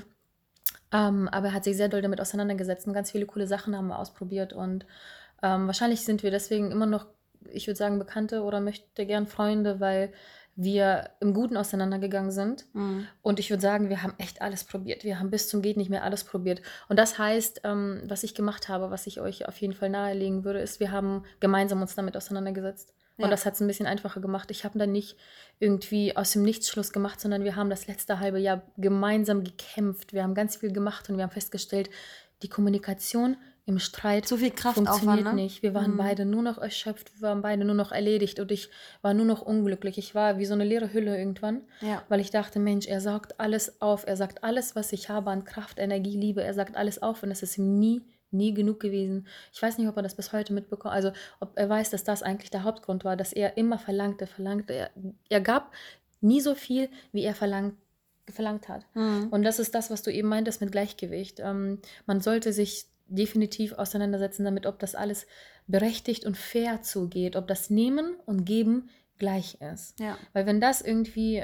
Aber er hat sich sehr doll damit auseinandergesetzt und ganz viele coole Sachen haben wir ausprobiert. Und wahrscheinlich sind wir deswegen immer noch, ich würde sagen, Bekannte oder möchte gern Freunde, weil wir im Guten auseinandergegangen sind. Und ich würde sagen, wir haben echt alles probiert. Wir haben bis zum Geht nicht mehr alles probiert. Und das heißt, was ich gemacht habe, was ich euch auf jeden Fall nahelegen würde, ist, wir haben gemeinsam uns damit auseinandergesetzt. Und das hat es ein bisschen einfacher gemacht. Ich habe dann nicht irgendwie aus dem Nichts Schluss gemacht, sondern wir haben das letzte halbe Jahr gemeinsam gekämpft. Wir haben ganz viel gemacht und wir haben festgestellt, die Kommunikation im Streit so viel funktioniert nicht. Wir waren beide nur noch erschöpft, wir waren beide nur noch erledigt und ich war nur noch unglücklich. Ich war wie so eine leere Hülle irgendwann, weil ich dachte, Mensch, er saugt alles auf. Er sagt alles, was ich habe an Kraft, Energie, Liebe. Er sagt alles auf und es ist ihm nie genug gewesen. Ich weiß nicht, ob er das bis heute mitbekommt, also ob er weiß, dass das eigentlich der Hauptgrund war, dass er immer verlangte. Er gab nie so viel, wie er verlangt hat. Und das ist das, was du eben meintest mit Gleichgewicht. Man sollte sich definitiv auseinandersetzen damit, ob das alles berechtigt und fair zugeht, ob das Nehmen und Geben gleich ist. Ja. Weil wenn das irgendwie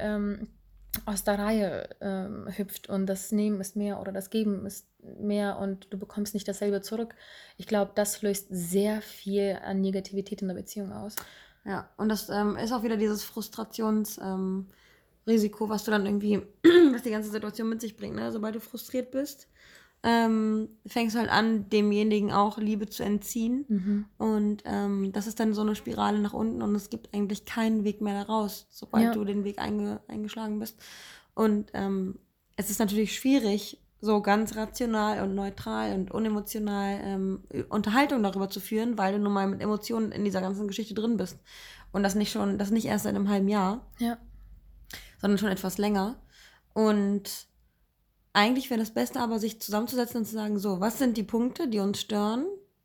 aus der Reihe hüpft und das Nehmen ist mehr oder das Geben ist mehr und du bekommst nicht dasselbe zurück, ich glaube, das löst sehr viel an Negativität in der Beziehung aus. Ja, und das ist auch wieder dieses Frustrationsrisiko, was du dann irgendwie, was die ganze Situation mit sich bringt, ne? Sobald du frustriert bist, fängst du halt an, demjenigen auch Liebe zu entziehen. Und das ist dann so eine Spirale nach unten und es gibt eigentlich keinen Weg mehr da raus, sobald du den Weg eingeschlagen bist. Und es ist natürlich schwierig, so ganz rational und neutral und unemotional Unterhaltung darüber zu führen, weil du nun mal mit Emotionen in dieser ganzen Geschichte drin bist. Und das nicht erst seit einem halben Jahr, sondern schon etwas länger. Und eigentlich wäre das Beste aber, sich zusammenzusetzen und zu sagen, so, was sind die Punkte, die uns stören?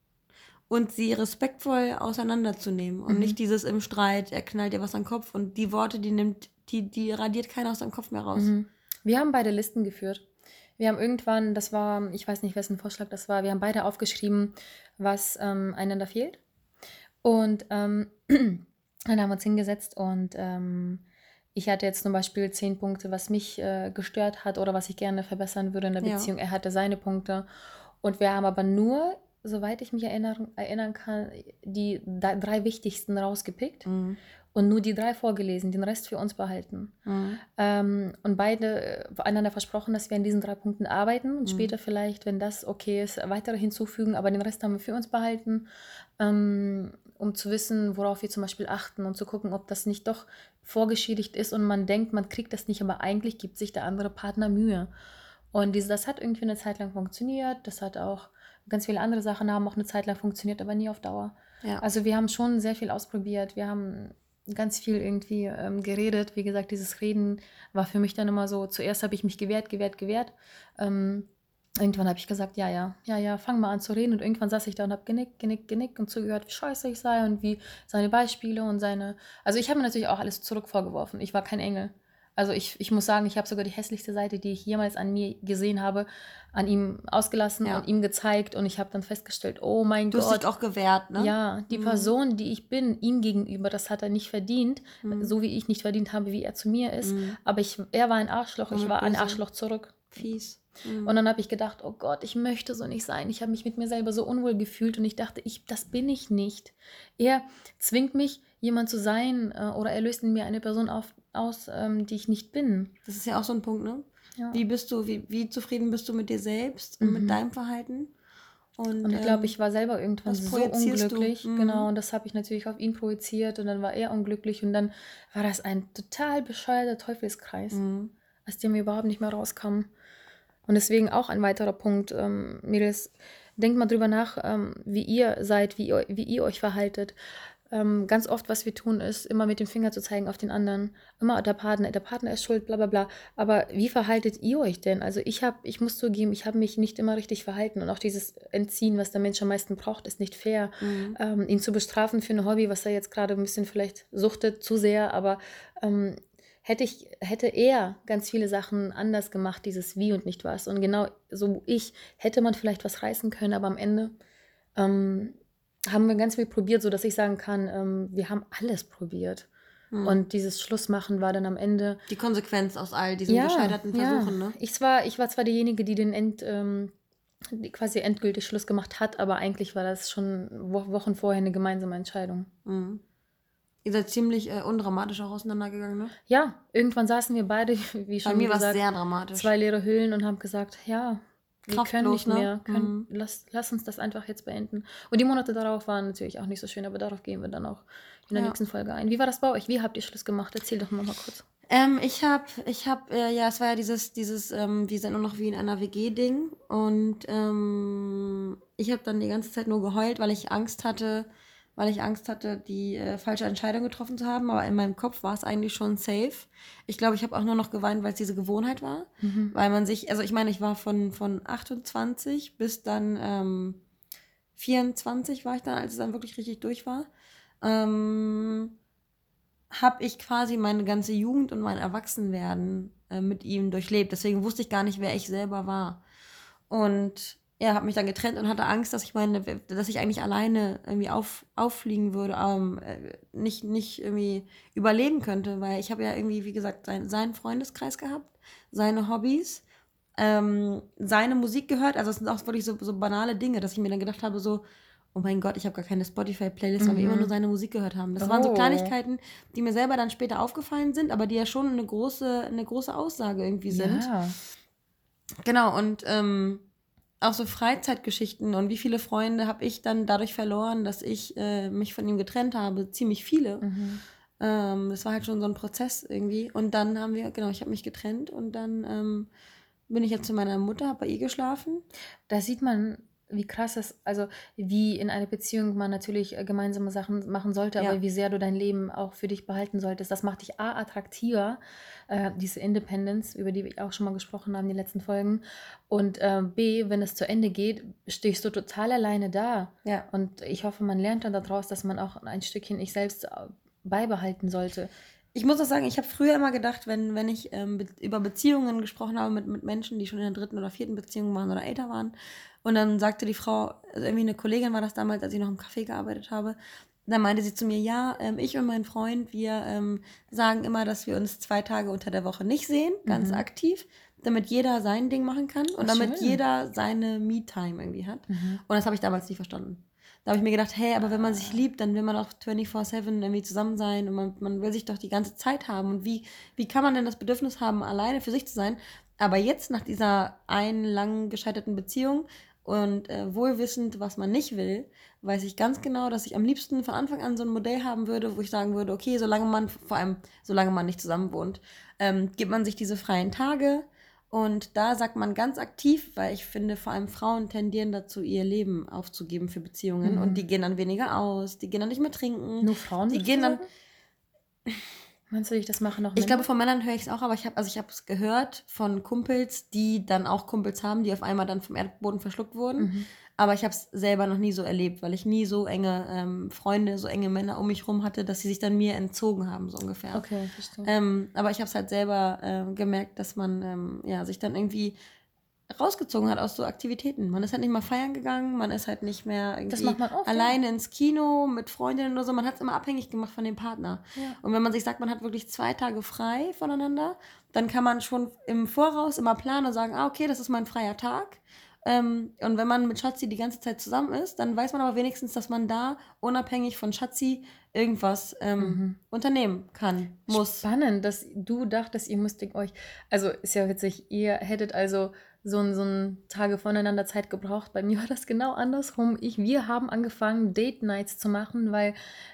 Und sie respektvoll auseinanderzunehmen. Und nicht dieses im Streit, er knallt dir was an den Kopf und die Worte, die radiert keiner aus seinem Kopf mehr raus. Wir haben beide Listen geführt. Wir haben irgendwann, das war, ich weiß nicht, wessen Vorschlag das war, wir haben beide aufgeschrieben, was einander fehlt. Und dann haben wir uns hingesetzt und ich hatte jetzt zum Beispiel 10 Punkte, was mich gestört hat oder was ich gerne verbessern würde in der Beziehung. Er hatte seine Punkte. Und wir haben aber nur soweit ich mich erinnern kann, die 3 wichtigsten rausgepickt und nur die 3 vorgelesen, den Rest für uns behalten. Und beide einander versprochen, dass wir an diesen 3 Punkten arbeiten und später vielleicht, wenn das okay ist, weitere hinzufügen, aber den Rest haben wir für uns behalten, um zu wissen, worauf wir zum Beispiel achten und zu gucken, ob das nicht doch vorgeschädigt ist und man denkt, man kriegt das nicht, aber eigentlich gibt sich der andere Partner Mühe. Und das hat irgendwie eine Zeit lang funktioniert, das hat auch ganz viele andere Sachen haben auch eine Zeit lang funktioniert, aber nie auf Dauer. Ja. Also wir haben schon sehr viel ausprobiert, wir haben ganz viel irgendwie geredet. Wie gesagt, dieses Reden war für mich dann immer so, zuerst habe ich mich gewehrt. Irgendwann habe ich gesagt, ja, fang mal an zu reden. Und irgendwann saß ich da und habe genickt und zugehört, wie scheiße ich sei und wie seine Beispiele und also ich habe mir natürlich auch alles zurück vorgeworfen. Ich war kein Engel. Also ich muss sagen, ich habe sogar die hässlichste Seite, die ich jemals an mir gesehen habe, an ihm ausgelassen und ihm gezeigt. Und ich habe dann festgestellt, oh mein Gott. Du hast dich auch gewehrt, ne? Ja, die Person, die ich bin, ihm gegenüber, das hat er nicht verdient, so wie ich nicht verdient habe, wie er zu mir ist. Aber er war ein Arschloch, ich war ein Arschloch zurück. Fies. Und dann habe ich gedacht, oh Gott, ich möchte so nicht sein. Ich habe mich mit mir selber so unwohl gefühlt und ich dachte, das bin ich nicht. Er zwingt mich, jemand zu sein oder er löst in mir eine Person aus, die ich nicht bin. Das ist ja auch so ein Punkt, ne? Ja. Wie zufrieden bist du mit dir selbst und mit deinem Verhalten? Und ich glaube, ich war selber irgendwann so unglücklich. Genau, und das habe ich natürlich auf ihn projiziert und dann war er unglücklich und dann war das ein total bescheuerter Teufelskreis, aus dem wir überhaupt nicht mehr rauskamen. Und deswegen auch ein weiterer Punkt, Mädels, denkt mal drüber nach, wie ihr seid, wie ihr euch verhaltet. Ganz oft, was wir tun, ist, immer mit dem Finger zu zeigen auf den anderen. Immer der Partner ist schuld, bla bla bla. Aber wie verhaltet ihr euch denn? Also ich muss zugeben, ich habe mich nicht immer richtig verhalten. Und auch dieses Entziehen, was der Mensch am meisten braucht, ist nicht fair. Ihn zu bestrafen für ein Hobby, was er jetzt gerade ein bisschen vielleicht suchtet, zu sehr, aber hätte er ganz viele Sachen anders gemacht, dieses Wie und nicht was. Und genau so hätte man vielleicht was reißen können, aber am Ende haben wir ganz viel probiert, sodass ich sagen kann, wir haben alles probiert. Und dieses Schlussmachen war dann am Ende die Konsequenz aus all diesen gescheiterten Versuchen, ne? Ich war zwar diejenige, die die quasi endgültig Schluss gemacht hat, aber eigentlich war das schon Wochen vorher eine gemeinsame Entscheidung. Ihr seid ziemlich undramatisch auch auseinandergegangen, ne? Ja, irgendwann saßen wir beide, wie schon Bei mir war gesagt, es sehr dramatisch. 2 leere Hüllen und haben gesagt, ja, wir können nicht mehr. Lass uns das einfach jetzt beenden. Und die Monate darauf waren natürlich auch nicht so schön, aber darauf gehen wir dann auch in der nächsten Folge ein. Wie war das bei euch? Wie habt ihr Schluss gemacht? Erzähl doch mal kurz. Es war ja dieses wir sind nur noch wie in einer WG-Ding und ich habe dann die ganze Zeit nur geheult, weil ich Angst hatte, die falsche Entscheidung getroffen zu haben, aber in meinem Kopf war es eigentlich schon safe. Ich glaube, ich habe auch nur noch geweint, weil es diese Gewohnheit war, weil man sich, also ich meine, ich war von 28 bis dann 24 war ich dann, als es dann wirklich richtig durch war, habe ich quasi meine ganze Jugend und mein Erwachsenwerden mit ihm durchlebt. Deswegen wusste ich gar nicht, wer ich selber war. Und er hat mich dann getrennt und hatte Angst, dass ich eigentlich alleine irgendwie auffliegen würde, nicht irgendwie überleben könnte, weil ich habe ja irgendwie, wie gesagt, seinen Freundeskreis gehabt, seine Hobbys, seine Musik gehört. Also es sind auch wirklich so banale Dinge, dass ich mir dann gedacht habe, so, oh mein Gott, ich habe gar keine Spotify-Playlist, weil wir immer nur seine Musik gehört haben. Das waren so Kleinigkeiten, die mir selber dann später aufgefallen sind, aber die ja schon eine große Aussage irgendwie sind. Ja. Genau, und auch so Freizeitgeschichten und wie viele Freunde habe ich dann dadurch verloren, dass ich mich von ihm getrennt habe. Ziemlich viele. Das war halt schon so ein Prozess irgendwie. Und dann ich habe mich getrennt und dann bin ich jetzt zu meiner Mutter, habe bei ihr geschlafen. Da sieht man, wie krass es, also wie in einer Beziehung man natürlich gemeinsame Sachen machen sollte, aber wie sehr du dein Leben auch für dich behalten solltest. Das macht dich A, attraktiver, diese Independence, über die wir auch schon mal gesprochen haben in den letzten Folgen. Und B, wenn es zu Ende geht, stehst du total alleine da. Ja. Und ich hoffe, man lernt dann daraus, dass man auch ein Stückchen ich selbst beibehalten sollte. Ich muss auch sagen, ich habe früher immer gedacht, wenn ich über Beziehungen gesprochen habe mit Menschen, die schon in der 3. oder 4. Beziehung waren oder älter waren, und dann sagte die Frau, also irgendwie eine Kollegin war das damals, als ich noch im Café gearbeitet habe, Dann meinte sie zu mir, ja, ich und mein Freund, wir sagen immer, dass wir uns 2 Tage unter der Woche nicht sehen, ganz aktiv, damit jeder sein Ding machen kann und damit jeder seine Me-Time irgendwie hat. Und das habe ich damals nie verstanden. Da habe ich mir gedacht, hey, aber wenn man sich liebt, dann will man auch 24/7 irgendwie zusammen sein und man will sich doch die ganze Zeit haben. Und wie kann man denn das Bedürfnis haben, alleine für sich zu sein? Aber jetzt, nach dieser einen lang gescheiterten Beziehung und wohlwissend, was man nicht will, weiß ich ganz genau, dass ich am liebsten von Anfang an so ein Modell haben würde, wo ich sagen würde, okay, vor allem solange man nicht zusammen wohnt, gibt man sich diese freien Tage. Und da sagt man ganz aktiv, weil ich finde, vor allem Frauen tendieren dazu, ihr Leben aufzugeben für Beziehungen. Und die gehen dann weniger aus, die gehen dann nicht mehr trinken. Nur Frauen, die gehen dann. Meinst du, das machen noch Männer? Ich glaube, von Männern höre ich es auch, aber ich habe es gehört von Kumpels, die dann auch Kumpels haben, die auf einmal dann vom Erdboden verschluckt wurden. Aber ich habe es selber noch nie so erlebt, weil ich nie so enge Freunde, so enge Männer um mich rum hatte, dass sie sich dann mir entzogen haben, so ungefähr. Okay, verstehe. Aber ich habe es halt selber gemerkt, dass man sich dann irgendwie rausgezogen hat aus so Aktivitäten. Man ist halt nicht mal feiern gegangen, man ist halt nicht mehr irgendwie alleine ins Kino mit Freundinnen oder so. Man hat es immer abhängig gemacht von dem Partner. Ja. Und wenn man sich sagt, man hat wirklich 2 Tage frei voneinander, dann kann man schon im Voraus immer planen und sagen, okay, das ist mein freier Tag. Und wenn man mit Schatzi die ganze Zeit zusammen ist, dann weiß man aber wenigstens, dass man da unabhängig von Schatzi irgendwas unternehmen kann, muss. Spannend, dass du dachtest, ihr müsstet euch, also ist ja witzig, ihr hättet also so ein Tage voneinander Zeit gebraucht. Bei mir war das genau andersrum. Wir haben angefangen, Date Nights zu machen, weil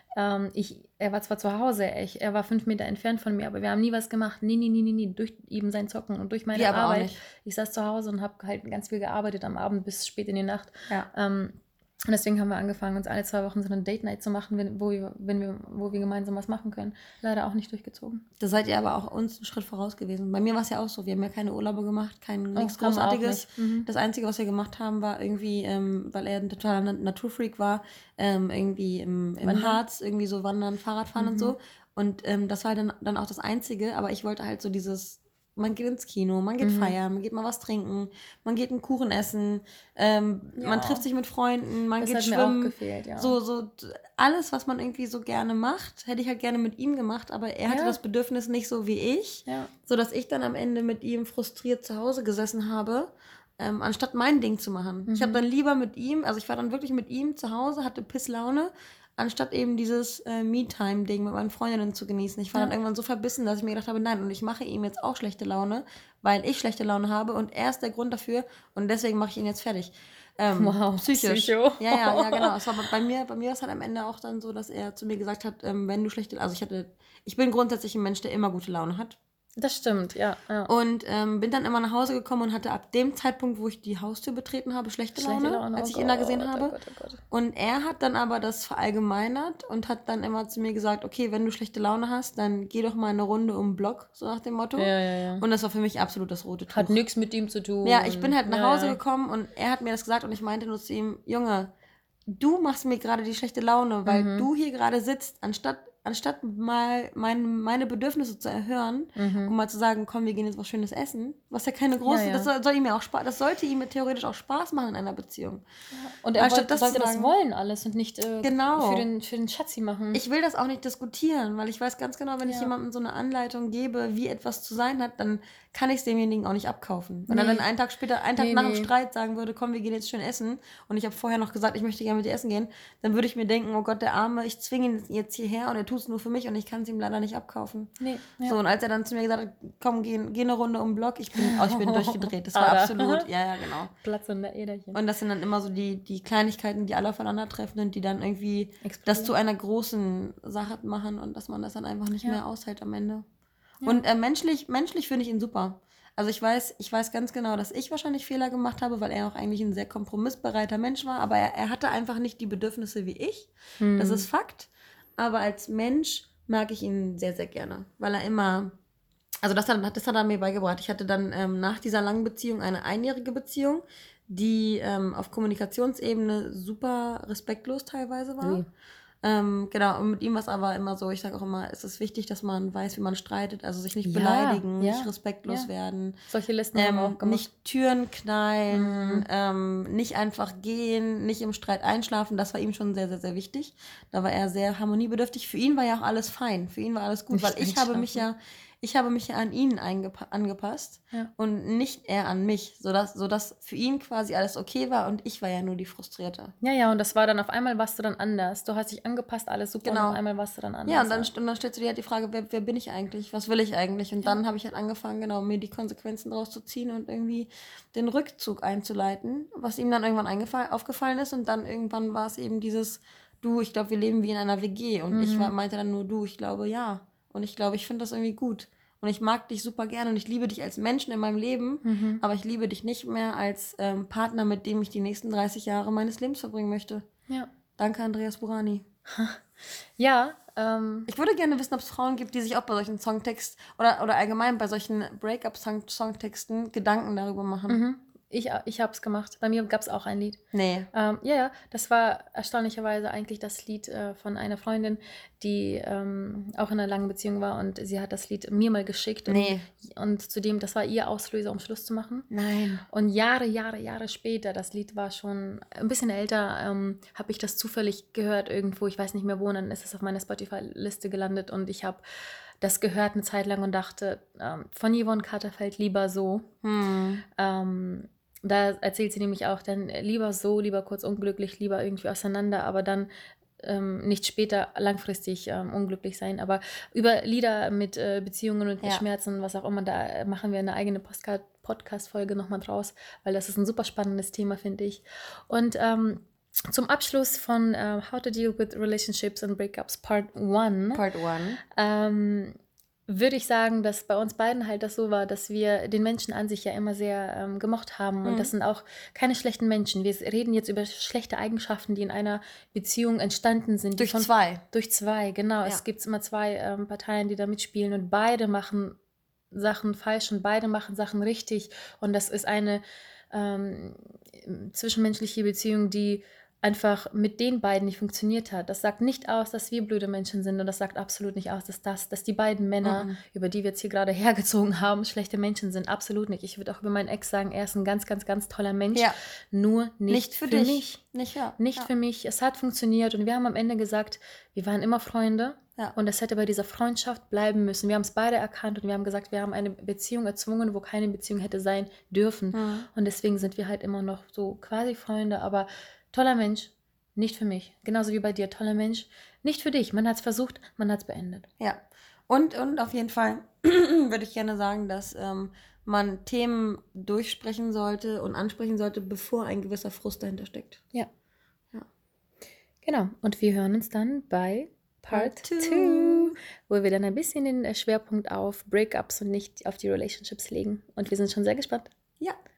er war zwar zu Hause, er war 5 Meter entfernt von mir, aber wir haben nie was gemacht. Nie. Durch eben sein Zocken und durch meine Arbeit. Ich saß zu Hause und habe halt ganz viel gearbeitet am Abend bis spät in die Nacht. Ja. Und deswegen haben wir angefangen, uns alle 2 Wochen so eine Date-Night zu machen, wo wir gemeinsam was machen können. Leider auch nicht durchgezogen. Da seid ihr aber auch uns einen Schritt voraus gewesen. Bei mir war es ja auch so, wir haben ja keine Urlaube gemacht, nichts Großartiges. Das Einzige, was wir gemacht haben, war irgendwie, weil er ein totaler Naturfreak war, irgendwie im Harz irgendwie so wandern, Fahrradfahren und so. Und das war dann auch das Einzige, aber ich wollte halt so man geht ins Kino, man geht feiern, man geht mal was trinken, man geht einen Kuchen essen, man trifft sich mit Freunden, man geht schwimmen. Das hat mir auch gefehlt, ja. So alles, was man irgendwie so gerne macht, hätte ich halt gerne mit ihm gemacht, aber er hatte das Bedürfnis nicht so wie ich, sodass ich dann am Ende mit ihm frustriert zu Hause gesessen habe, anstatt mein Ding zu machen. Ich habe dann lieber mit ihm, also ich war dann wirklich mit ihm zu Hause, hatte Pisslaune, anstatt eben dieses Me-Time-Ding mit meinen Freundinnen zu genießen. Ich war dann irgendwann so verbissen, dass ich mir gedacht habe, nein, und ich mache ihm jetzt auch schlechte Laune, weil ich schlechte Laune habe und er ist der Grund dafür und deswegen mache ich ihn jetzt fertig. Wow, psychisch. Psycho. Ja, genau. Es war bei mir war es halt am Ende auch dann so, dass er zu mir gesagt hat, wenn du ich bin grundsätzlich ein Mensch, der immer gute Laune hat. Das stimmt, ja. Und bin dann immer nach Hause gekommen und hatte ab dem Zeitpunkt, wo ich die Haustür betreten habe, schlechte Laune, als ich ihn da gesehen habe. Gott. Und er hat dann aber das verallgemeinert und hat dann immer zu mir gesagt, okay, wenn du schlechte Laune hast, dann geh doch mal eine Runde um den Block, so nach dem Motto. Ja. Und das war für mich absolut das rote Tuch. Hat nichts mit ihm zu tun. Ja, ich bin halt nach Hause gekommen und er hat mir das gesagt und ich meinte nur zu ihm, Junge, du machst mir gerade die schlechte Laune, weil du hier gerade sitzt, anstatt mal meine Bedürfnisse zu erhören und mal zu sagen, komm, wir gehen jetzt was Schönes essen, was ja keine große, das soll ihm ja auch Spaß, das sollte ihm theoretisch auch Spaß machen in einer Beziehung. Ja. Und er sollte das wollen alles und nicht für den Schatzi machen. Ich will das auch nicht diskutieren, weil ich weiß ganz genau, wenn ich jemandem so eine Anleitung gebe, wie etwas zu sein hat, dann kann ich es demjenigen auch nicht abkaufen. Wenn er dann einen Tag nach dem Streit sagen würde, komm, wir gehen jetzt schön essen und ich habe vorher noch gesagt, ich möchte gerne mit dir essen gehen, dann würde ich mir denken, oh Gott, der Arme, ich zwinge ihn jetzt hierher und er tut es nur für mich und ich kann es ihm leider nicht abkaufen. So, und als er dann zu mir gesagt hat, komm, geh eine Runde um den Block, ich bin durchgedreht. Das war absolut, ja, genau. Platz in der Äderchen. Und das sind dann immer so die Kleinigkeiten, die alle aufeinandertreffen und die dann irgendwie das zu einer großen Sache machen und dass man das dann einfach nicht mehr aushält am Ende. Ja. Und menschlich finde ich ihn super. Also ich weiß ganz genau, dass ich wahrscheinlich Fehler gemacht habe, weil er auch eigentlich ein sehr kompromissbereiter Mensch war, aber er hatte einfach nicht die Bedürfnisse wie ich. Das ist Fakt. Aber als Mensch mag ich ihn sehr, sehr gerne, weil er immer, also das hat er mir beigebracht. Ich hatte dann nach dieser langen Beziehung eine einjährige Beziehung, die auf Kommunikationsebene super respektlos teilweise war. Genau, und mit ihm war es aber immer so, ich sage auch immer, es ist wichtig, dass man weiß, wie man streitet, also sich nicht beleidigen, nicht respektlos werden. Solche Listen haben wir auch gemacht. Nicht Türen knallen, nicht einfach gehen, nicht im Streit einschlafen, das war ihm schon sehr, sehr, sehr wichtig. Da war er sehr harmoniebedürftig. Für ihn war ja auch alles fein, für ihn war alles gut, weil ich habe mich ja an ihn angepasst und nicht er an mich, sodass für ihn quasi alles okay war und ich war ja nur die Frustrierte. Ja, und das war dann, auf einmal warst du dann anders. Du hast dich angepasst, alles super, und auf einmal warst du dann anders. Ja, und dann stellst du dir halt die Frage, wer bin ich eigentlich, was will ich eigentlich? Und dann habe ich halt angefangen, genau, mir die Konsequenzen daraus zu ziehen und irgendwie den Rückzug einzuleiten, was ihm dann irgendwann aufgefallen ist, und dann irgendwann war es eben dieses, du, ich glaube, wir leben wie in einer WG, und ich meinte dann nur, du, ich glaube, ja. Und ich glaube, ich finde das irgendwie gut. Und ich mag dich super gerne und ich liebe dich als Menschen in meinem Leben, aber ich liebe dich nicht mehr als Partner, mit dem ich die nächsten 30 Jahre meines Lebens verbringen möchte. Ja. Danke, Andreas Burani. Ja. Ich würde gerne wissen, ob es Frauen gibt, die sich auch bei solchen Songtexten oder allgemein bei solchen Breakup-Songtexten Gedanken darüber machen. Ich habe es gemacht. Bei mir gab es auch ein Lied. Nee. Ja, das war erstaunlicherweise eigentlich das Lied von einer Freundin, die auch in einer langen Beziehung war, und sie hat das Lied mir mal geschickt. Und zudem, das war ihr Auslöser, um Schluss zu machen. Nein. Und Jahre später, das Lied war schon ein bisschen älter, habe ich das zufällig gehört irgendwo, ich weiß nicht mehr wo, und dann ist es auf meiner Spotify-Liste gelandet, und ich habe das gehört eine Zeit lang und dachte, von Yvonne Katterfeld, lieber so. Da erzählt sie nämlich auch, dann lieber so, lieber kurz unglücklich, lieber irgendwie auseinander, aber dann nicht später langfristig unglücklich sein. Aber über Lieder mit Beziehungen und Schmerzen, was auch immer, da machen wir eine eigene Podcast-Folge nochmal draus, weil das ist ein super spannendes Thema, finde ich. Und zum Abschluss von How to Deal with Relationships and Breakups Part 1. Würde ich sagen, dass bei uns beiden halt das so war, dass wir den Menschen an sich ja immer sehr gemocht haben. Und das sind auch keine schlechten Menschen. Wir reden jetzt über schlechte Eigenschaften, die in einer Beziehung entstanden sind. Durch zwei, genau. Ja. Es gibt immer zwei Parteien, die da mitspielen, und beide machen Sachen falsch und beide machen Sachen richtig. Und das ist eine zwischenmenschliche Beziehung, die einfach mit den beiden nicht funktioniert hat. Das sagt nicht aus, dass wir blöde Menschen sind, und das sagt absolut nicht aus, dass die beiden Männer, über die wir jetzt hier gerade hergezogen haben, schlechte Menschen sind. Absolut nicht. Ich würde auch über meinen Ex sagen, er ist ein ganz, ganz, ganz toller Mensch. Ja. Nur nicht für mich. Nicht für mich. Es hat funktioniert, und wir haben am Ende gesagt, wir waren immer Freunde. Ja. Und es hätte bei dieser Freundschaft bleiben müssen. Wir haben es beide erkannt, und wir haben gesagt, wir haben eine Beziehung erzwungen, wo keine Beziehung hätte sein dürfen. Und deswegen sind wir halt immer noch so quasi Freunde, aber toller Mensch, nicht für mich. Genauso wie bei dir, toller Mensch, nicht für dich. Man hat es versucht, man hat es beendet. Ja, und auf jeden Fall würde ich gerne sagen, dass man Themen durchsprechen sollte und ansprechen sollte, bevor ein gewisser Frust dahinter steckt. Ja. Genau, und wir hören uns dann bei Part 2, wo wir dann ein bisschen den Schwerpunkt auf Breakups und nicht auf die Relationships legen. Und wir sind schon sehr gespannt. Ja.